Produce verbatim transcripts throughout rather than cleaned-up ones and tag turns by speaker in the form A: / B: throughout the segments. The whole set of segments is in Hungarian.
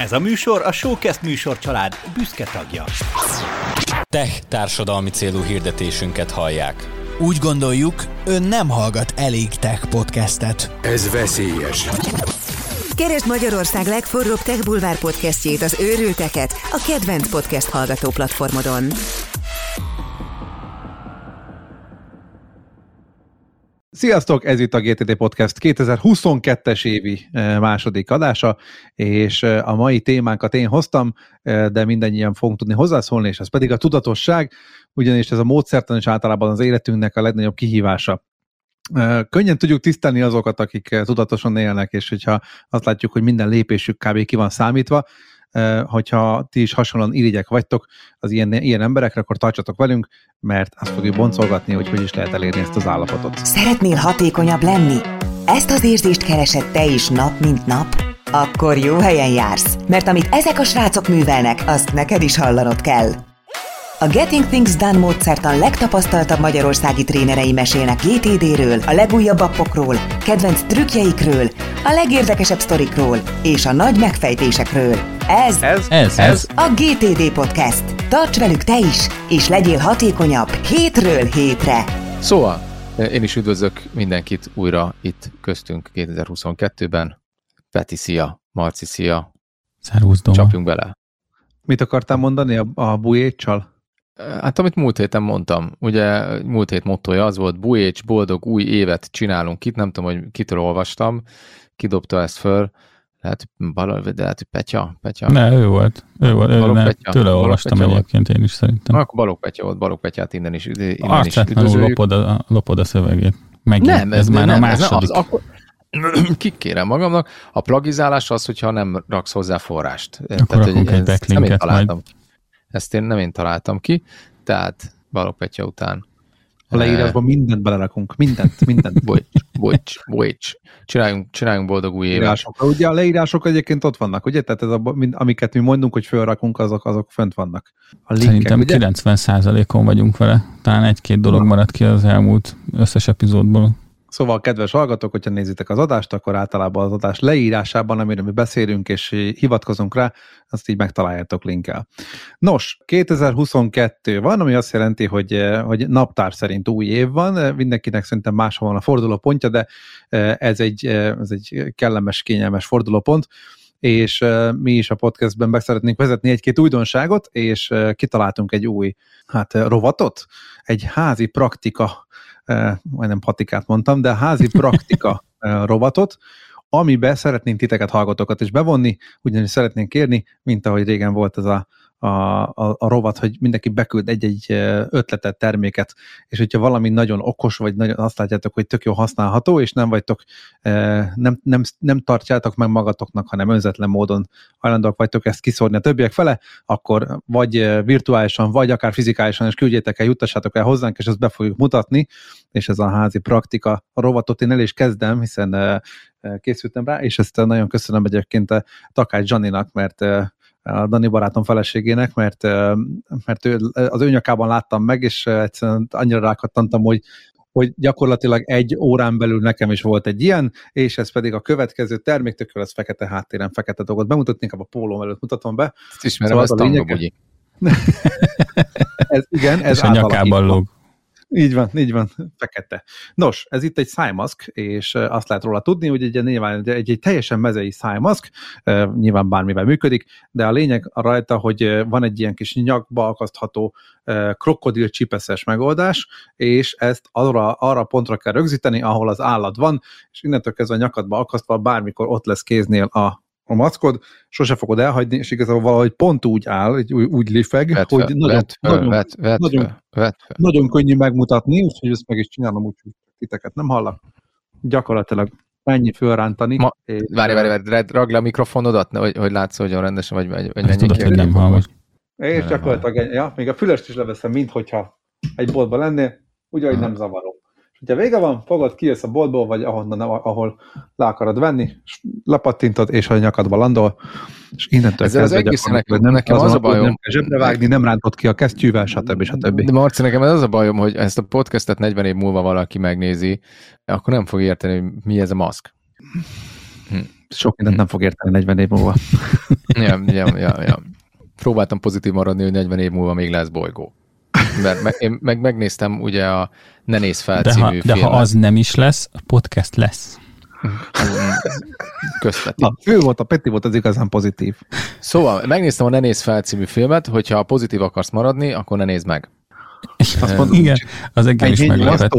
A: Ez a műsor a Showcast műsorcsalád büszke tagja.
B: Tech társadalmi célú hirdetésünket hallják.
C: Úgy gondoljuk, ön nem hallgat elég tech podcastet.
D: Ez veszélyes.
E: Keresd Magyarország legforróbb Tech Bulvár podcastjét, az Őrülteket, a kedvenc podcast hallgató platformodon.
F: Sziasztok, ez itt a gé té té Podcast kétezer-huszonkettes évi második adása, és a mai témánkat én hoztam, de mindannyian fogunk tudni hozzászólni, és ez pedig a tudatosság, ugyanis ez a módszertan is általában az életünknek a legnagyobb kihívása. Könnyen tudjuk tisztelni azokat, akik tudatosan élnek, és hogyha azt látjuk, hogy minden lépésük kb. Ki van számítva, hogyha ti is hasonlóan irigyek vagytok az ilyen, ilyen emberekre, akkor tartsatok velünk, mert azt fogjuk boncolgatni, hogy hogy is lehet elérni ezt az állapotot.
E: Szeretnél hatékonyabb lenni? Ezt az érzést keresed te is nap, mint nap? Akkor jó helyen jársz, mert amit ezek a srácok művelnek, azt neked is hallanod kell. A Getting Things Done módszertan legtapasztaltabb magyarországi trénerei mesélnek gé té dé-ről, a legújabb appokról, kedvenc trükkjeikről, a legérdekesebb sztorikról és a nagy megfejtésekről. Ez,
F: Ez,
B: ez, ez
E: a gé té dé Podcast. Tarts velük te is, és legyél hatékonyabb hétről hétre.
G: Szóval, én is üdvözlök mindenkit újra itt köztünk kétezer-huszonkettőben. Peti, szia! Marci, szia!
B: Szervusz, Doma.
G: Csapjunk bele!
F: Mit akartál mondani a, a bujéccsal?
G: Hát amit múlt héten mondtam, ugye múlt hét mottoja az volt, bujécs, boldog új évet csinálunk itt, nem tudom, hogy kitől olvastam, kidobta ezt föl, lehet, de lehet, hogy Petya? Petya?
B: Ne, ő volt. Ő volt, ő, ne,
G: Petya.
B: tőle olvastam
G: Balogh
B: egyébként én is szerintem.
G: Akkor Balogh Petya volt, Balogh Petyát innen is, innen is
B: Arcátlanul lopod a, lopod a szövegét. Megint.
G: Nem,
B: ez,
G: ez
B: már
G: nem,
B: a
G: ez nem,
B: második.
G: az, akkor kikérem magamnak, a plagizálás az, hogyha nem raksz hozzá forrást.
B: Akkor
G: Tehát,
B: rakunk egy backlinket majd.
G: Ezt én nem én találtam ki, tehát Balogh Petya után.
F: A leírásban mindent belerakunk, mindent, mindent.
G: Bocs, bocs, bocs. Csináljunk, csináljunk boldog új évet.
F: Leírások. Ugye a leírások egyébként ott vannak, ugye? Tehát ez a, mind, amiket mi mondunk, hogy fölrakunk, azok, azok fönt vannak. A linkek,
B: Szerintem
F: ugye?
B: kilencven százalékon vagyunk vele. Talán egy-két dolog maradt ki az elmúlt összes epizódból.
F: Szóval, kedves hallgatók, hogyha nézitek az adást, akkor általában az adás leírásában, amiről mi beszélünk és hivatkozunk rá, azt így megtaláljátok linkkel. Nos, kétezer-huszonkettő van, ami azt jelenti, hogy, hogy naptár szerint új év van, mindenkinek szerintem máshol van a fordulópontja, de ez egy, ez egy kellemes, kényelmes fordulópont, és mi is a podcastben be szeretnénk vezetni egy-két újdonságot, és kitaláltunk egy új hát, rovatot, egy házi praktika, majdnem patikát mondtam, de házi praktika rovatot, amiben szeretnénk titeket, hallgatókat is bevonni, ugyanis szeretnénk kérni, mint ahogy régen volt ez a, a, a, a rovat, hogy mindenki beküld egy-egy ötletet, terméket, és hogyha valami nagyon okos, vagy nagyon azt látjátok, hogy tök jó használható, és nem vagytok, nem, nem, nem tartjátok meg magatoknak, hanem önzetlen módon hajlandóak vagytok ezt kiszórni a többiek fele, akkor vagy virtuálisan, vagy akár fizikálisan is küldjétek el, juttassátok el hozzánk, és ezt be fogjuk mutatni, és ez a házi praktika a rovatot én el is kezdem, hiszen készültem rá, és ezt nagyon köszönöm egyébként Takács Zsaninak, mert a Dani barátom feleségének, mert, mert ő, az ő nyakában láttam meg, és egyszerűen annyira rákattantam, hogy, hogy gyakorlatilag egy órán belül nekem is volt egy ilyen, és ez pedig a következő termék, tökéletes ez fekete háttéren, fekete dolgot bemutatni, inkább a pólóm előtt mutatom be.
G: Ezt ismerem,
F: szóval
G: ez tangabugyi.
F: ez, igen, ez
B: és a nyakában lóg.
F: Így van, így van, fekete. Nos, ez itt egy szájmaszk, és azt lehet róla tudni, hogy egy, nyilván egy, egy teljesen mezei szájmaszk, nyilván bármivel működik, de a lényeg rajta, hogy van egy ilyen kis nyakba akasztható krokodil csipeszes megoldás, és ezt arra, arra pontra kell rögzíteni, ahol az állat van, és innentől kezdve a nyakadba akasztva bármikor ott lesz kéznél a a mackod, sose fogod elhagyni, és igazából valahogy pont úgy áll, úgy, úgy lifeg,
G: vett
F: hogy
G: fel,
F: nagyon,
G: vett fel,
F: nagyon,
G: vett, vett
F: nagyon,
G: fel, vett fel.
F: nagyon könnyű megmutatni, úgyhogy ezt meg is csinálom, úgyhogy titeket nem hallak. Gyakorlatilag ennyi fölrántani.
G: Ma,
F: és,
G: várj, várj, várj, ragd le a mikrofonodat, hogy, hogy látsz, hogy rendesen vagy, vagy, vagy
B: Ezt tudod, hogy nem hallgat.
F: És gyakorlatilag ennyi. Ja, még a fülest is leveszem, minthogyha egy boltban lennél, úgy, hogy nem zavaró. Ha vége van, fogod, kijössz a boltból, vagy ahonnan, ahol le akarod venni, és lepattintod, és a nyakadba landol, és innentől
G: ezzel
F: kezdve
G: az egészen nekem,
F: nem,
G: nekem az, az a bajom,
F: nem kell zsebre vágni, nem rántod ki a kesztyűvel, stb. stb.
G: De Marci, nekem ez az a bajom, hogy ezt a podcastet negyven év múlva valaki megnézi, akkor nem fog érteni, hogy mi ez a maszk. Hm.
F: Sok mindent nem fog érteni negyven év múlva.
G: ja, ja, ja, ja. Próbáltam pozitív maradni, hogy negyven év múlva még lesz bolygó. Mert meg, én meg megnéztem ugye a Ne nézz fel
B: de
G: című
B: ha,
G: filmet.
B: De ha az nem is lesz, a podcast lesz.
G: Közpeti.
F: Na, ő volt, a Peti volt az igazán pozitív.
G: Szóval megnéztem a Ne nézz fel című filmet, hogyha pozitív akarsz maradni, akkor ne nézd meg.
F: Azt mondom,
B: igen, az engem is meglepett.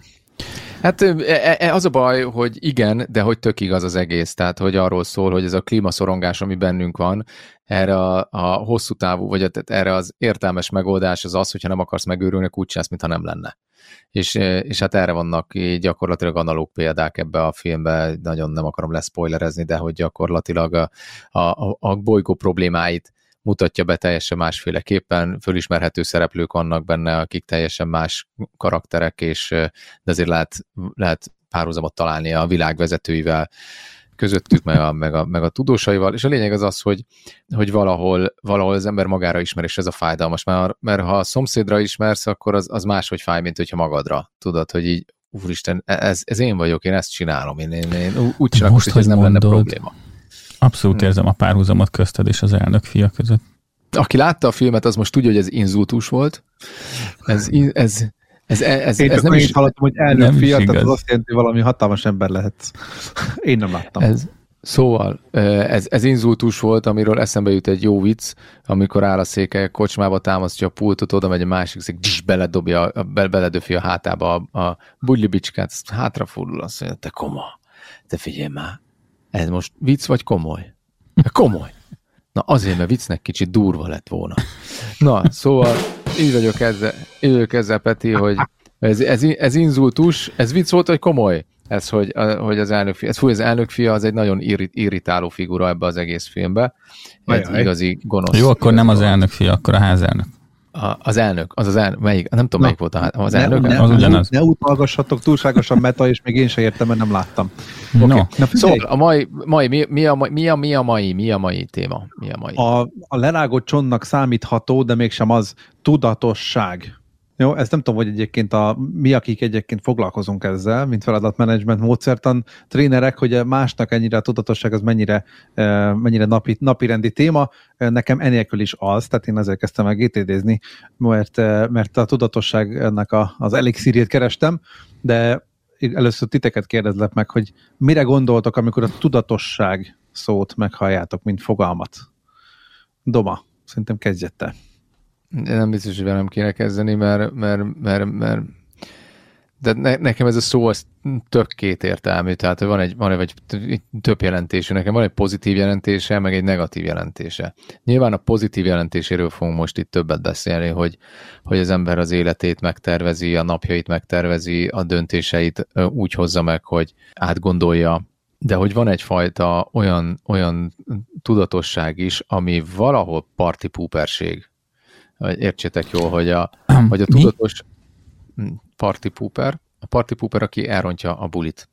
G: Hát az a baj, hogy igen, de hogy tök igaz az egész, tehát hogy arról szól, hogy ez a klímaszorongás, ami bennünk van, erre a, a hosszú távú, vagy erre az értelmes megoldás az az, hogyha nem akarsz megőrülni, úgy csinálsz, mintha nem lenne. És, és hát erre vannak gyakorlatilag analóg példák ebbe a filmbe, nagyon nem akarom leszpoilerezni, de hogy gyakorlatilag a, a, a bolygó problémáit mutatja be teljesen másféleképpen, fölismerhető szereplők vannak benne, akik teljesen más karakterek, és de azért lehet, lehet párhuzamot találni a világ vezetőivel közöttük, meg a, meg, a, meg a tudósaival, és a lényeg az az, hogy, hogy valahol, valahol az ember magára ismer, és ez a fájdalmas, mert, mert ha a szomszédra ismersz, akkor az, az máshogy fáj, mint hogyha magadra. Tudod, hogy így, úristen, ez, ez én vagyok, én ezt csinálom, én, én, én úgy csinálom, hogy ez nem mondod, lenne probléma.
B: Abszolút hmm. érzem a párhuzamot közted és az elnök fia között.
G: Aki látta a filmet, az most tudja, hogy ez inzultus volt. Ez, ez, ez, ez,
F: Én
G: ez nem is
F: hallottam, hogy elnök fia, tehát az azt jelenti, hogy valami hatalmas ember lehetsz. Én nem láttam.
G: Ez, szóval, ez, ez inzultus volt, amiről eszembe jut egy jó vicc, amikor áll a székely kocsmába, támasztja a pultot, oda megy a másik szék, dzs, beledobja, be, beledöfi a hátába a, a bugylibicskát, hátrafordul, azt mondja, te koma, te figyelj már, ez most vicc vagy komoly? Komoly. Na azért, mert viccnek kicsit durva lett volna. Na, szóval így vagyok ezzel, így vagyok ezzel Peti, hogy ez, ez, ez inzultus, ez vicc volt, vagy komoly? Ez, hogy, hogy az elnök fia, ez fúj, az elnök fia az egy nagyon irrit, irritáló figura ebbe az egész filmbe. Egy Ajaj. igazi gonosz.
B: Jó, akkor nem az elnök fia, akkor a házelnök.
G: A, az elnök, az az elnök, melyik, nem tudom, Na, melyik volt az elnök.
F: Ne,
B: az
F: ne,
B: ugyanaz.
F: Ne utalgassatok túlságosan meta, és még én se értem, mert nem láttam.
B: No.
F: Okay. Na,
G: szóval a mai, mai mi, mi, a, mi, a, mi a mai, mi a mai téma? Mi a mai?
F: A, a lerágott csontnak számítható, de mégsem az tudatosság. Jó, ezt nem tudom, hogy egyébként a, mi, akik egyébként foglalkozunk ezzel, mint feladatmenedzsment módszertan trénerek, hogy másnak ennyire a tudatosság az mennyire, mennyire napi, napirendi téma. Nekem enélkül is az, tehát én ezért kezdtem el gé té dé-zni, mert, mert a tudatosságnak a, az elixírjét kerestem, de először titeket kérdezlek meg, hogy mire gondoltok, amikor a tudatosság szót meghalljátok, mint fogalmat? Doma, szerintem kezdjed te.
G: Nem biztos, hogy velem kéne kezdeni, mert, mert, mert, mert de ne, nekem ez a szó az tök kétértelmű, tehát van egy, van egy több jelentésű, nekem van egy pozitív jelentése, meg egy negatív jelentése. Nyilván a pozitív jelentéséről fogunk most itt többet beszélni, hogy, hogy az ember az életét megtervezi, a napjait megtervezi, a döntéseit úgy hozza meg, hogy átgondolja, de hogy van egyfajta olyan, olyan tudatosság is, ami valahol partypooperség. Értsétek jól, hogy a, hogy a tudatos party pooper, a party pooper, aki elrontja a bulit.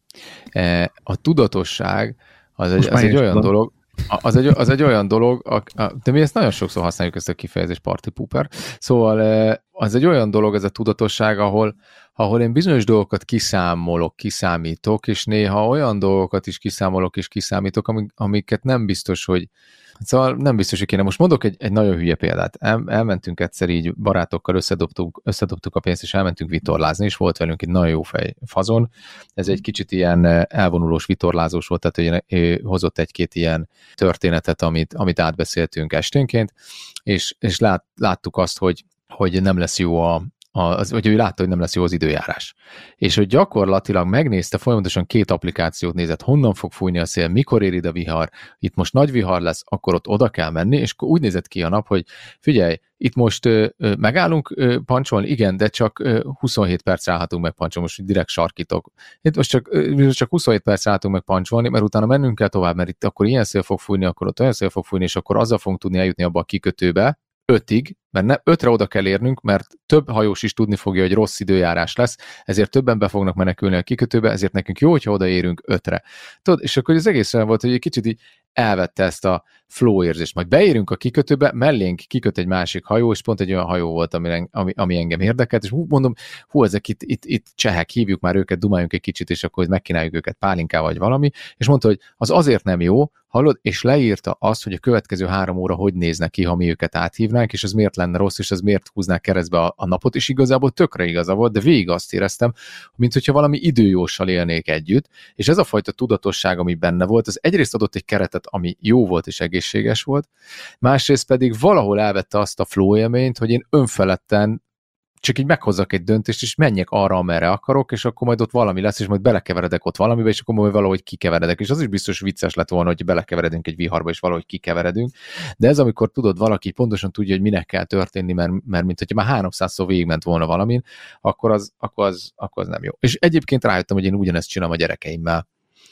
G: A tudatosság az egy, az egy olyan tudom. dolog, az egy, az egy olyan dolog, a, a, de mi ezt nagyon sokszor használjuk, ezt a kifejezést party pooper, szóval az egy olyan dolog, ez a tudatosság, ahol, ahol én bizonyos dolgokat kiszámolok, kiszámítok, és néha olyan dolgokat is kiszámolok és kiszámítok, amik, amiket nem biztos, hogy Szóval nem biztos, hogy kéne. Most mondok egy, egy nagyon hülye példát. El, elmentünk egyszer így barátokkal, összedobtuk, összedobtuk a pénzt, és elmentünk vitorlázni, és volt velünk egy nagyon jó fej fazon. Ez egy kicsit ilyen elvonulós vitorlázós volt, tehát hogy hozott egy-két ilyen történetet, amit, amit átbeszéltünk esténként, és, és lát, láttuk azt, hogy, hogy nem lesz jó a Az, hogy ő látta, hogy nem lesz jó az időjárás. És hogy gyakorlatilag megnézte, folyamatosan két applikációt nézett, honnan fog fújni a szél, mikor ér ide vihar, itt most nagy vihar lesz, akkor ott oda kell menni, és úgy nézett ki a nap, hogy figyelj, itt most ö, ö, megállunk ö, pancsolni, igen, de csak ö, huszonhét percre állhatunk meg pancsolni, most direkt sarkítok. Itt most csak, ö, csak huszonhét percre állhatunk meg pancsolni, mert utána mennünk kell tovább, mert itt akkor ilyen szél fog fújni, akkor ott olyan szél fog fújni, és akkor azzal fogunk tudni eljutni abba a kikötőbe, ötig, mert ne, ötre oda kell érnünk, mert több hajós is tudni fogja, hogy rossz időjárás lesz, ezért többen be fognak menekülni a kikötőbe, ezért nekünk jó, hogyha odaérünk ötre. Tudod, és akkor az egész olyan volt, hogy egy kicsit így elvette ezt a flow érzést. Majd beérünk a kikötőbe, mellénk kiköt egy másik hajó, és pont egy olyan hajó volt, ami, ami, ami engem érdekelt, és mondom, hú, ezek itt, itt, itt csehek, hívjuk már őket, dumáljunk egy kicsit, és akkor megkínáljuk őket pálinkával, vagy valami, és mondta, hogy az azért nem jó, hallod, és leírta azt, hogy a következő három óra hogy néznek ki, ha mi őket áthívnánk, és ez miért lenne rossz, és ez miért húznák keresztbe a, a napot, és igazából tökre igaza volt, de végig azt éreztem, mint hogyha valami időjóssal élnék együtt, és ez a fajta tudatosság, ami benne volt, az egyrészt adott egy keretet, ami jó volt és egészséges volt, másrészt pedig valahol elvette azt a flow élményt, hogy én önfeledten csak így meghozzak egy döntést, és menjek arra, amerre akarok, és akkor majd ott valami lesz, és majd belekeveredek ott valamibe, és akkor majd valahogy kikeveredek. És az is biztos vicces lett volna, hogy belekeveredünk egy viharba, és valahogy kikeveredünk. De ez, amikor tudod, valaki pontosan tudja, hogy minek kell történni, mert, mert mint hogyha már háromszázszor végigment volna valamin, akkor az, akkor, az, akkor az nem jó. És egyébként rájöttem, hogy én ugyanezt csinálom a gyerekeimmel.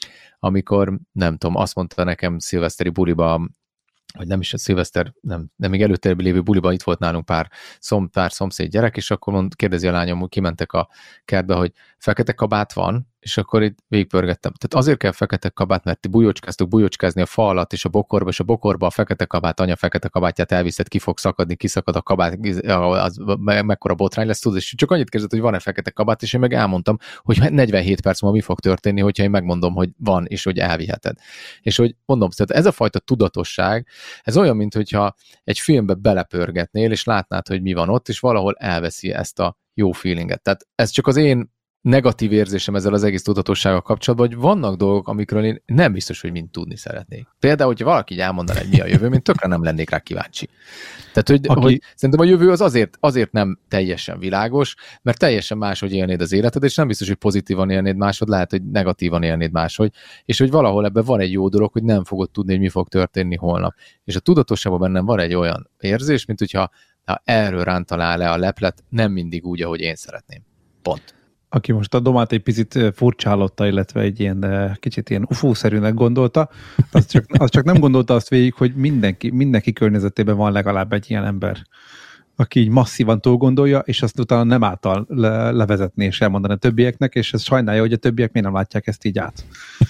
G: Amikor, nem tudom, azt mondta nekem szilveszteri buliba, hogy nem is a szilveszter, nem, de még előtte lévő buliban itt volt nálunk pár, szom, pár szomszéd gyerek, és akkor mond, kérdezi a lányom, hogy kimentek a kertbe, hogy fekete kabát van, és akkor itt végigpörgettem. Tehát azért kell fekete kabát, mert ti bujocskáztok bujocskázni a fa alatt, és a bokorba, és a bokorba a fekete kabát, anya fekete kabátját elviszed, ki fog szakadni, kiszakad a kabát, az me- mekkora botrány lesz, tudod, és csak annyit kérdezett, hogy van-e fekete kabát, és én meg elmondtam, hogy negyvenhét perc múlva mi fog történni, hogyha én megmondom, hogy van, és hogy elviheted. És hogy mondom, tehát ez a fajta tudatosság, ez olyan, mint hogyha egy filmbe belepörgetnél, és látnád, hogy mi van ott, és valahol elveszi ezt a jó feelinget. Tehát ez csak az én negatív érzésem ezzel az egész tudatossággal kapcsolatban, hogy vannak dolgok, amikről én nem biztos, hogy mind tudni szeretnék. Például, hogyha valaki így elmondaná, hogy mi a jövő, én tökre nem lennék rá kíváncsi. Tehát, hogy, Aki... hogy szerintem a jövő az azért, azért nem teljesen világos, mert teljesen máshogy élnéd az életed, és nem biztos, hogy pozitívan élnéd máshogy, lehet, hogy negatívan élnéd máshogy, és hogy valahol ebben van egy jó dolog, hogy nem fogod tudni, hogy mi fog történni holnap. És a tudatosságban bennem van egy olyan érzés, mint hogyha ha erről rántalál le a leplet, nem mindig úgy, ahogy én szeretném. Pont.
F: Aki most a Domát egy picit furcsálotta, illetve egy ilyen kicsit ilyen ufószerűnek gondolta, az csak, az csak nem gondolta azt végig, hogy mindenki, mindenki környezetében van legalább egy ilyen ember, aki így masszívan túl gondolja, és azt utána nem által le, levezetni és elmondani a többieknek, és ez sajnálja, hogy a többiek miért nem látják ezt így át.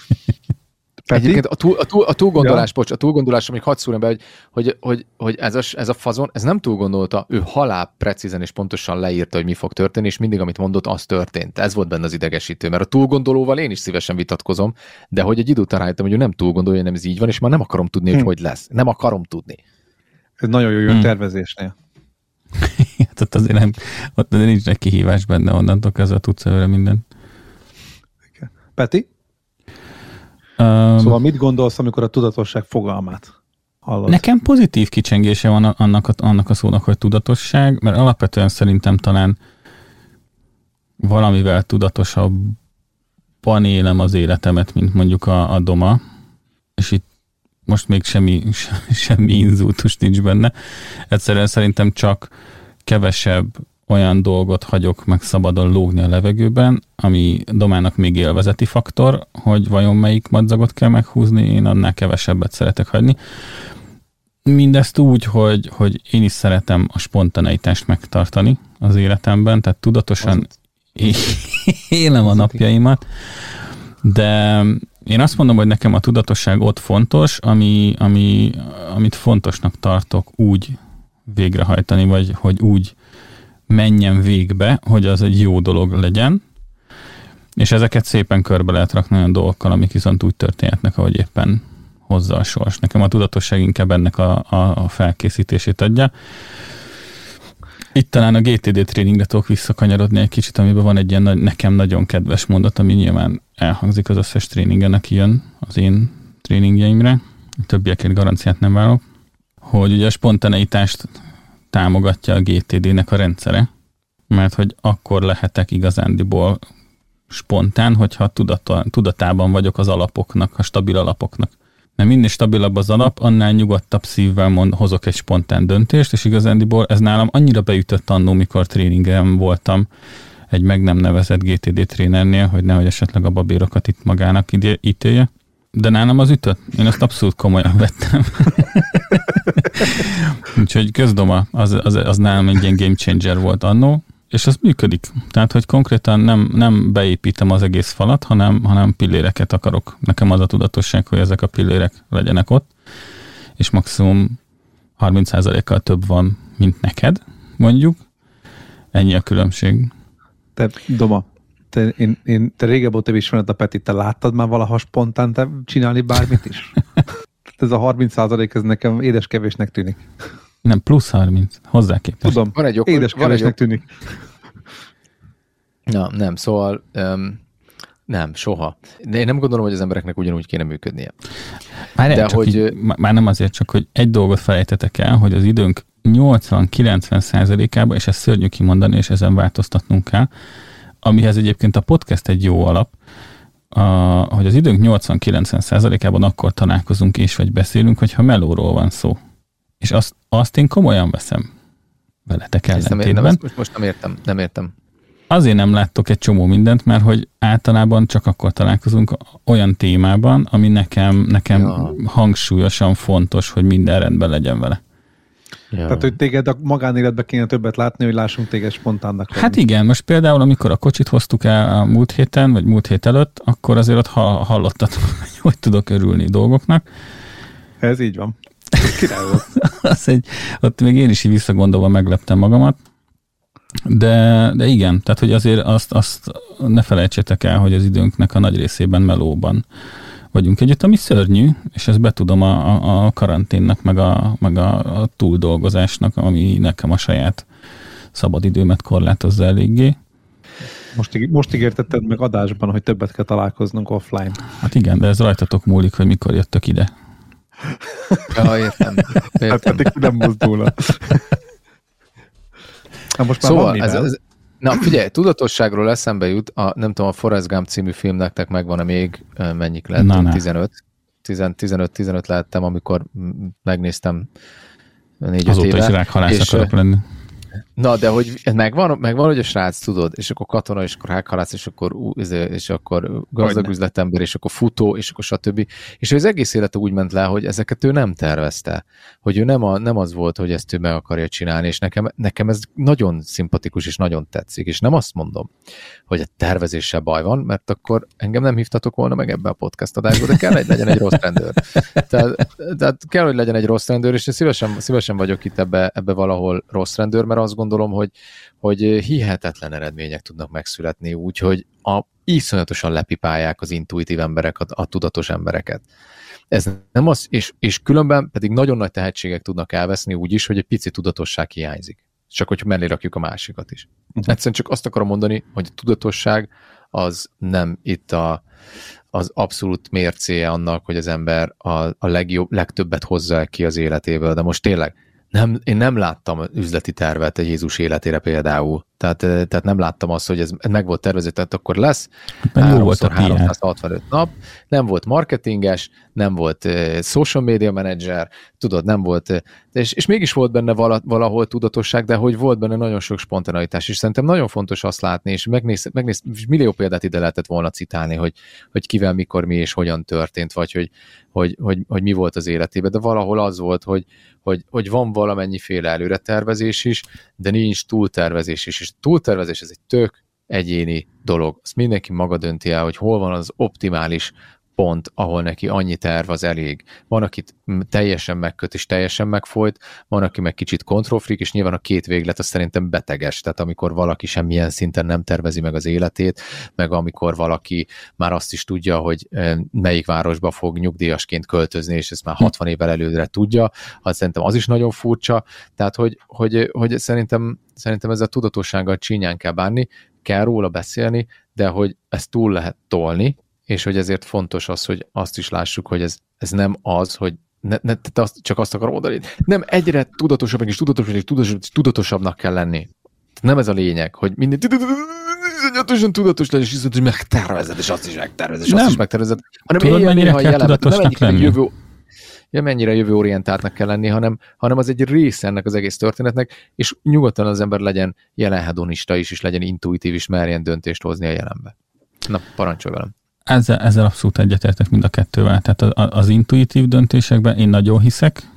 F: Peti?
G: Egyébként a, túl, a, túl, a túlgondolás, ja. bocs, a túlgondolás, amíg hadd szúrjam be, hogy, hogy, hogy, hogy ez, a, ez a fazon, ez nem túlgondolta, ő halál precízen és pontosan leírta, hogy mi fog történni, és mindig, amit mondott, az történt. Ez volt benne az idegesítő, mert a túlgondolóval én is szívesen vitatkozom, de hogy egy idő után rájöttem, hogy ő nem túlgondolja, nem ez így van, és már nem akarom tudni, hogy hm. hogy lesz. Nem akarom tudni.
F: Ez nagyon jó, jó hm. tervezésnél.
B: Hát ott azért nem, ott azért nincs egy kihívás benne, onnantól kezdve tudsz előre mindent.
F: Peti? Um, szóval mit gondolsz, amikor a tudatosság fogalmát hallod?
B: Nekem pozitív kicsengése van annak a, annak a szónak, hogy tudatosság, mert alapvetően szerintem talán valamivel tudatosabban élem az életemet, mint mondjuk a, a Doma, és itt most még semmi, semmi inzultus nincs benne. Egyszerűen szerintem csak kevesebb olyan dolgot hagyok meg szabadon lógni a levegőben, ami Domának még élvezeti faktor, hogy vajon melyik madzagot kell meghúzni, én annál kevesebbet szeretek hagyni. Mindezt úgy, hogy, hogy én is szeretem a spontaneitást megtartani az életemben, tehát tudatosan élem a napjaimat, de én azt mondom, hogy nekem a tudatosság ott fontos, ami, ami, amit fontosnak tartok úgy végrehajtani, vagy hogy úgy menjen végbe, hogy az egy jó dolog legyen, és ezeket szépen körbe lehet rakni olyan dolgokkal, amik viszont úgy történhetnek, ahogy éppen hozza a sors. Nekem a tudatosság inkább ennek a, a, a felkészítését adja. Itt talán a gé té dé tréningre tudok visszakanyarodni egy kicsit, amiben van egy ilyen nekem nagyon kedves mondat, ami nyilván elhangzik az összes tréningen, aki jön az én tréningjeimre. A többiekért garanciát nem válok, hogy ugye a spontaneitást támogatja a gé té dé-nek a rendszere, mert hogy akkor lehetek igazándiból spontán, hogyha tudata, tudatában vagyok az alapoknak, a stabil alapoknak. Mert minél stabilabb az alap, annál nyugodtabb szívvel mond, hozok egy spontán döntést, és igazándiból ez nálam annyira beütött annó, mikor tréningen voltam egy meg nem nevezett gé té dé trénernél, hogy nehogy esetleg a babérokat itt magának ítélje. De nálam az ütött. Én azt abszolút komolyan vettem. Úgyhogy közdoma, az, az, az nálam egy ilyen game changer volt annó, és az működik. Tehát, hogy konkrétan nem, nem beépítem az egész falat, hanem, hanem pilléreket akarok. Nekem az a tudatosság, hogy ezek a pillérek legyenek ott. és maximum harminc százalékkal több van, mint neked, mondjuk. Ennyi a különbség.
F: Te, Doma, te, én, én, te régebb óta ismered a Petit, te láttad már valaha spontán te csinálni bármit is? Ez a harminc százalék, ez nekem édes kevésnek tűnik.
B: Nem, plusz harminc, hozzá képest.
F: Tudom,
G: van egy okos,
F: édes kevésnek tűnik.
G: Na, nem, szóval um, nem, soha. De én nem gondolom, hogy az embereknek ugyanúgy kéne működnie.
B: Már,
G: De
B: csak
G: hogy,
B: így, már nem azért, csak hogy egy dolgot felejtetek el, hogy az időnk nyolcvan-kilencven százalékában, és ezt szörnyű kimondani, és ezen változtatnunk kell, amihez egyébként a podcast egy jó alap, a, hogy az időnk nyolcvan-kilencven százalékában akkor találkozunk és vagy beszélünk, hogyha melóról van szó. És azt, azt én komolyan veszem veletek ellentétben.
G: Nem, nem, most nem értem, nem értem.
B: Azért nem láttok egy csomó mindent, mert hogy általában csak akkor találkozunk olyan témában, ami nekem, nekem ja. hangsúlyosan fontos, hogy minden rendben legyen vele.
F: Ja. Tehát, hogy téged a magánéletben kéne többet látni, hogy lássunk téged spontánnak lenni.
B: Hát igen, most például, amikor a kocsit hoztuk el a múlt héten, vagy múlt hét előtt, akkor azért ott hallottad, hogy hogy tudok örülni dolgoknak.
F: Ez így van. Király volt.
B: Az egy, ott még én is így visszagondolva megleptem magamat. De, de igen, tehát hogy azért azt, azt ne felejtsétek el, hogy az időnknek a nagy részében melóban vagyunk együtt, ami szörnyű, és ezt betudom a, a, a karanténnak, meg, a, meg a, a túldolgozásnak, ami nekem a saját szabadidőmet korlátozza eléggé.
F: Most, most ígértetted meg adásban, hogy többet kell találkoznunk offline.
B: Hát igen, de ez rajtatok múlik, hogy mikor jöttök ide.
G: Ja, értem. értem.
F: Hát pedig nem mozdulna. Na most már
G: szóval,
F: van
G: ez, ez, na figyelj, tudatosságról eszembe jut, a, nem tudom, a Forrest Gump című film nektek megvan-e még, mennyik lehet? tizenöt tizenöt lehettem, amikor megnéztem négy-öt
B: azóta
G: éve.
B: Azóta is rákhalász akarok lenni.
G: Na, de hogy megvan, megvan, hogy a srác, tudod, és akkor katona, és akkor rákhalász, és akkor, és akkor gazdag üzletember, és akkor futó, és akkor stb. És az egész élete úgy ment le, hogy ezeket ő nem tervezte. Hogy ő nem, a, nem az volt, hogy ezt ő meg akarja csinálni, és nekem, nekem ez nagyon szimpatikus, és nagyon tetszik. És nem azt mondom, hogy a tervezéssel baj van, mert akkor engem nem hívtatok volna meg ebbe a podcast adásba, de kell, hogy legyen egy rossz rendőr. Tehát, tehát kell, hogy legyen egy rossz rendőr, és én szívesen, szívesen vagyok itt ebbe, ebbe valahol rossz rendőr, mert azt gondolom, hogy, hogy hihetetlen eredmények tudnak megszületni úgy, hogy a, iszonyatosan lepipálják az intuitív emberek, a, a tudatos embereket. Ez nem az, és, és különben pedig nagyon nagy tehetségek tudnak elveszni úgy is, hogy egy pici tudatosság hiányzik. Csak hogy mellé rakjuk a másikat is. Uh-huh. Egyszerűen csak azt akarom mondani, hogy a tudatosság az nem itt a, az abszolút mércéje annak, hogy az ember a, a legjobb, legtöbbet hozza ki az életéből, de most tényleg Nem, én nem láttam üzleti tervet egy Jézus életére például. Tehát, tehát nem láttam azt, hogy ez meg volt tervezett, tehát akkor lesz háromszázhatvanöt nap, nem volt marketinges, nem volt uh, social media manager, tudod, nem volt, uh, és, és mégis volt benne vala, valahol tudatosság, de hogy volt benne nagyon sok spontaneitás, és szerintem nagyon fontos azt látni, és megnéz, megnéz millió példát ide lehetett volna citálni, hogy, hogy kivel, mikor, mi és hogyan történt, vagy hogy, hogy, hogy, hogy mi volt az életében, de valahol az volt, hogy, hogy, hogy van valamennyiféle előretervezés is, de nincs túltervezés is, és túltervezés ez egy tök egyéni dolog. Azt mindenki maga dönti el, hogy hol van az optimális pont, ahol neki annyi terv az elég. Van, akit teljesen megköt és teljesen megfolyt, van, aki meg kicsit kontrollfreak, és nyilván a két véglet az szerintem beteges. Tehát amikor valaki semmilyen szinten nem tervezi meg az életét, meg amikor valaki már azt is tudja, hogy melyik városba fog nyugdíjasként költözni, és ezt már hatvan évvel előre tudja, az szerintem az is nagyon furcsa. Tehát, hogy, hogy, hogy szerintem, szerintem ezzel a tudatossággal csínyán kell bánni, kell róla beszélni, de hogy ezt túl lehet tolni, és hogy ezért fontos az, hogy azt is lássuk, hogy ez, ez nem az, hogy ne, ne, te azt, csak azt akarom mondani, nem egyre tudatosabb, és tudatosabb, és tudatosabb, tudatosabbnak kell lenni. Nem ez a lényeg, hogy minden iszonyatosan tudatos legyen, és iszonyatosan megtervezed, és azt is megtervezed, és azt is megtervezed, hanem
B: tudod, mennyire kell
G: jelen,
B: tudatosnak
G: nem
B: lenni?
G: Jövő, ja, mennyire jövőorientáltnak kell lenni, hanem, hanem az egy része ennek az egész történetnek, és nyugodtan az ember legyen jelenhedonista is, és legyen intuitív is, merjen döntést hozni a jelenbe. Na, parancsolj velem.
B: Ezzel, ezzel abszolút egyetértek mind a kettővel. Tehát az intuitív döntésekben én nagyon hiszek.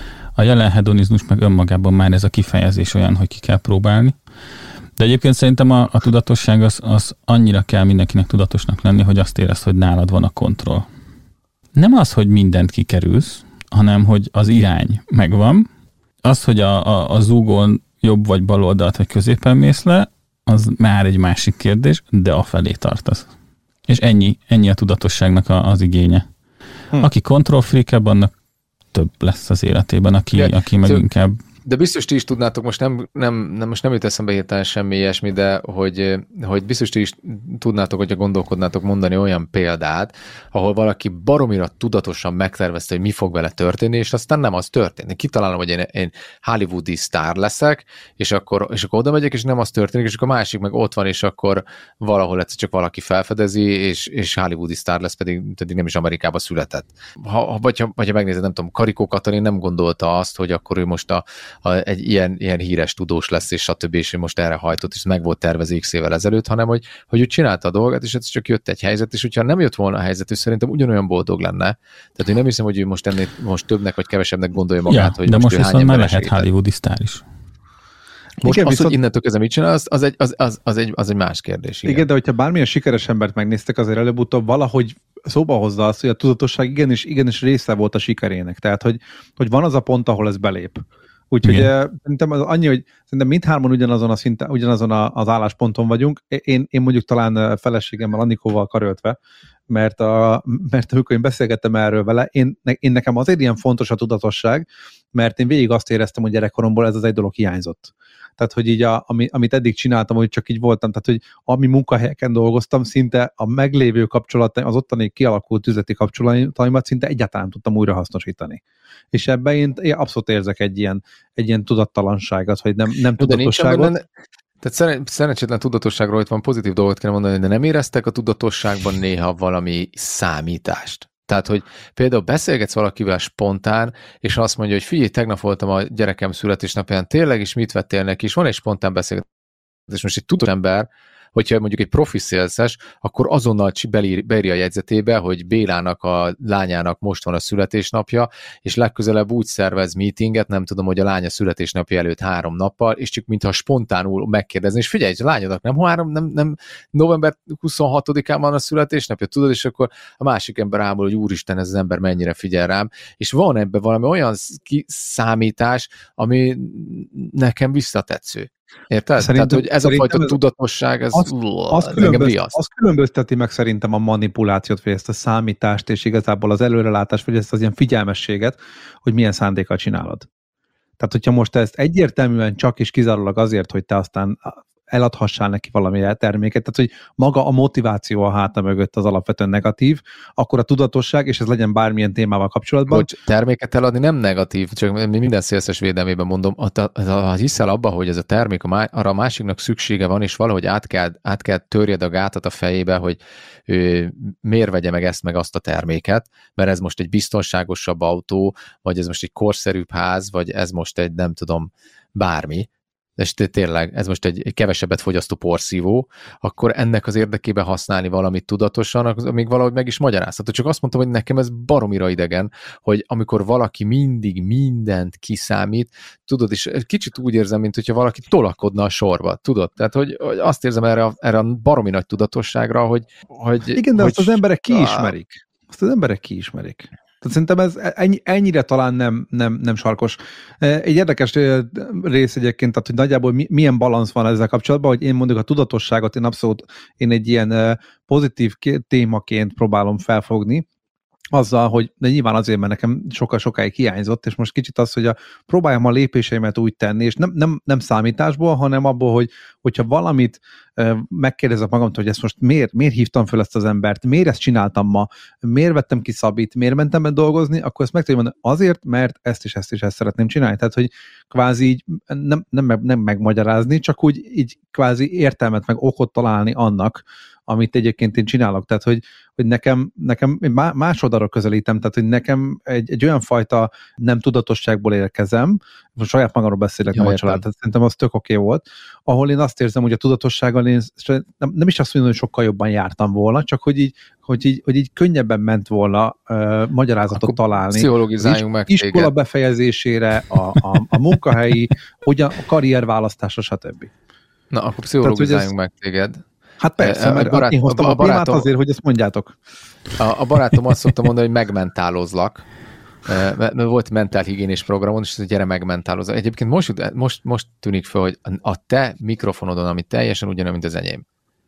B: A jelen hedonizmus meg önmagában már ez a kifejezés olyan, hogy ki kell próbálni. De egyébként szerintem a, a tudatosság az, az annyira kell mindenkinek tudatosnak lenni, hogy azt érezd, hogy nálad van a kontroll. Nem az, hogy mindent kikerülsz, hanem hogy az irány megvan. Az, hogy a, a, a zúgón jobb vagy bal oldalt, vagy középen mész le, az már egy másik kérdés, de afelé tartasz. És ennyi, ennyi a tudatosságnak a, az igénye. Hm. Aki control freak-ebb, annak több lesz az életében, aki, ja, aki meg inkább...
G: De biztos ti is tudnátok, most nem, nem, nem, most nem jut eszembe hirtelen semmi ilyesmi, de hogy, hogy biztos ti is tudnátok, hogyha gondolkodnátok mondani olyan példát, ahol valaki baromira tudatosan megtervezte, hogy mi fog vele történni, és aztán nem az történik. Kitalálom, hogy én, én hollywoodi sztár leszek, és akkor, és akkor oda megyek, és nem az történik, és akkor a másik meg ott van, és akkor valahol egyszer csak valaki felfedezi, és, és hollywoodi sztár lesz, pedig, pedig nem is Amerikába született. Ha, vagy, ha, vagy ha megnézed, nem tudom, Karikó Katalin nem gondolta azt, hogy akkor ő most a A, egy ilyen, ilyen híres tudós lesz, és stb. És ő most erre hajtott, és meg volt tervezve x évvel ezelőtt, hanem hogy, hogy ő csinálta a dolgot, és ez csak jött egy helyzet, és hogyha nem jött volna a helyzet, ő szerintem ugyanolyan boldog lenne. Tehát én nem hiszem, hogy ő most ennél most többnek vagy kevesebbnek gondolja magát,
B: ja,
G: hogy
B: de
G: most,
B: most
G: ő hány
B: már lehet hollywoodi sztár is.
G: Most
F: igen,
G: az,
F: viszont...
G: hogy innentől kezdve mit csinál, az, az, egy, az, az, az, egy, az egy más kérdés.
F: Igen. igen, de hogyha bármilyen sikeres embert megnéztek, azért előbb-utóbb valahogy szóba hozza azt, hogy a tudatosság igenis, igenis része volt a sikerének. Tehát, hogy, hogy van az a pont, ahol ez belép. Úgyhogy szerintem az annyi, hogy szerintem mindhárman ugyanazon, a szinte, ugyanazon a, az állásponton vagyunk. Én, én mondjuk talán feleségemmel, Annikóval karöltve, mert, a, mert amikor én beszélgettem erről vele, én, én nekem azért ilyen fontos a tudatosság, mert én végig azt éreztem, hogy gyerekkoromból ez az egy dolog hiányzott. Tehát, hogy így, a, ami, amit eddig csináltam, hogy csak így voltam, tehát, hogy ami munkahelyeken dolgoztam, szinte a meglévő kapcsolataim, az ottani kialakult üzleti kapcsolataimat szinte egyáltalán nem tudtam újra hasznosítani. És ebben én, én abszolút érzek egy ilyen, egy ilyen tudattalanságot, hogy nem, nem tudatosságot.
G: Tehát szerencsétlen tudatosságról itt van pozitív dolgot kell mondani, de nem éreztek a tudatosságban néha valami számítást? Tehát, hogy például beszélgetsz valakivel spontán, és azt mondja, hogy figyelj, tegnap voltam a gyerekem születésnapján, tényleg is mit vettél neki, és van egy spontán beszélgetés, és most egy tudatos ember, hogyha mondjuk egy profi szélszes, akkor azonnal beírja a jegyzetébe, hogy Bélának a lányának most van a születésnapja, és legközelebb úgy szervez meetinget, nem tudom, hogy a lánya születésnapja előtt három nappal, és csak mintha spontánul megkérdezni, és figyelj, a lányodnak nem, három, nem, nem november huszonhatodikán van a születésnapja, tudod, és akkor a másik ember ámul, hogy úristen, ez az ember mennyire figyel rám, és van ebben valami olyan számítás, ami nekem visszatetsző. Érted? Tehát, hogy ez a fajta ez, tudatosság, ez,
F: az,
G: uah,
F: az,
G: ez
F: különböz, az különbözteti meg szerintem a manipulációt, vagy ezt a számítást, és igazából az előrelátást, vagy ezt az ilyen figyelmességet, hogy milyen szándékkal csinálod. Tehát, hogyha most ezt egyértelműen csak és kizárólag azért, hogy te aztán eladhassál neki valamilyen terméket, tehát, hogy maga a motiváció a háta mögött az alapvetően negatív, akkor a tudatosság, és ez legyen bármilyen témával kapcsolatban.
G: Hogy terméket eladni nem negatív, csak minden szélszes védelmében mondom, ha hiszel abba, hogy ez a termék arra a másiknak szüksége van, és valahogy át kell, át kell törjed a gátat a fejébe, hogy ő, miért vegye meg ezt meg azt a terméket, mert ez most egy biztonságosabb autó, vagy ez most egy korszerűbb ház, vagy ez most egy nem tudom, bármi, és tényleg ez most egy kevesebbet fogyasztó porszívó, akkor ennek az érdekében használni valamit tudatosan, még valahogy meg is magyarázható. Csak azt mondtam, hogy nekem ez baromira idegen, hogy amikor valaki mindig mindent kiszámít, tudod, és kicsit úgy érzem, mint hogyha valaki tolakodna a sorba, tudod? Tehát, hogy, hogy azt érzem erre a, erre a baromi nagy tudatosságra, hogy... hogy
F: igen, de
G: hogy,
F: azt az emberek kiismerik. Azt az emberek kiismerik. Tehát szerintem ez ennyi, ennyire talán nem, nem, nem sarkos. Egy érdekes rész egyébként, tehát, hogy nagyjából milyen balansz van ezzel kapcsolatban, hogy én mondjuk a tudatosságot én abszolút én egy ilyen pozitív témaként próbálom felfogni, azzal, hogy de nyilván azért, mert nekem sokkal sokáig hiányzott, és most kicsit az, hogy a, próbáljam a lépéseimet úgy tenni, és nem, nem, nem számításból, hanem abból, hogy, hogyha valamit e, megkérdezek magamtól, hogy ezt most miért, miért hívtam föl ezt az embert, miért ezt csináltam ma, miért vettem ki Szabit, miért mentem be dolgozni, akkor ezt meg tudom mondani, azért, mert ezt is ezt is ezt szeretném csinálni. Tehát, hogy kvázi így nem, nem, nem megmagyarázni, csak úgy így kvázi értelmet meg okot találni annak, amit egyébként én csinálok. Tehát, hogy, hogy nekem, nekem más oldalra közelítem, tehát, hogy nekem egy, egy olyan fajta nem tudatosságból érkezem, most saját magamról beszélek, ja, nem a család, tehát szerintem az tök oké okay volt, ahol én azt érzem, hogy a tudatossággal én nem, nem is azt mondom, hogy sokkal jobban jártam volna, csak hogy így, hogy így, hogy így könnyebben ment volna uh, magyarázatot akkor találni.
G: Pszichologizáljunk meg
F: iskola téged. Befejezésére, a, a, a munkahelyi, ugyan, a karrierválasztásra, stb.
G: Na, akkor pszichologizáljunk meg téged.
F: Hát persze, mert barát, én hoztam a, a, a témát azért, hogy ezt mondjátok.
G: A, a barátom azt szokta mondani, hogy megmentálozlak, mert volt mentálhigiénés programon, és ez gyere megmentálozza. Egyébként most, most, most tűnik fel, hogy a te mikrofonodon, ami teljesen ugyanolyan, mint az enyém,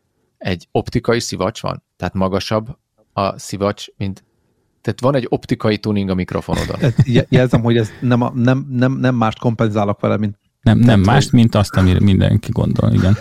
G: egy optikai szivacs van? Tehát magasabb a szivacs, mint... Tehát van egy optikai tuning a mikrofonodon.
F: Jelzem, hogy ez nem, a, nem, nem, nem mást kompenzálok vele, mint...
B: Nem, nem tehát, mást, hogy... mint azt, amire mindenki gondol, igen.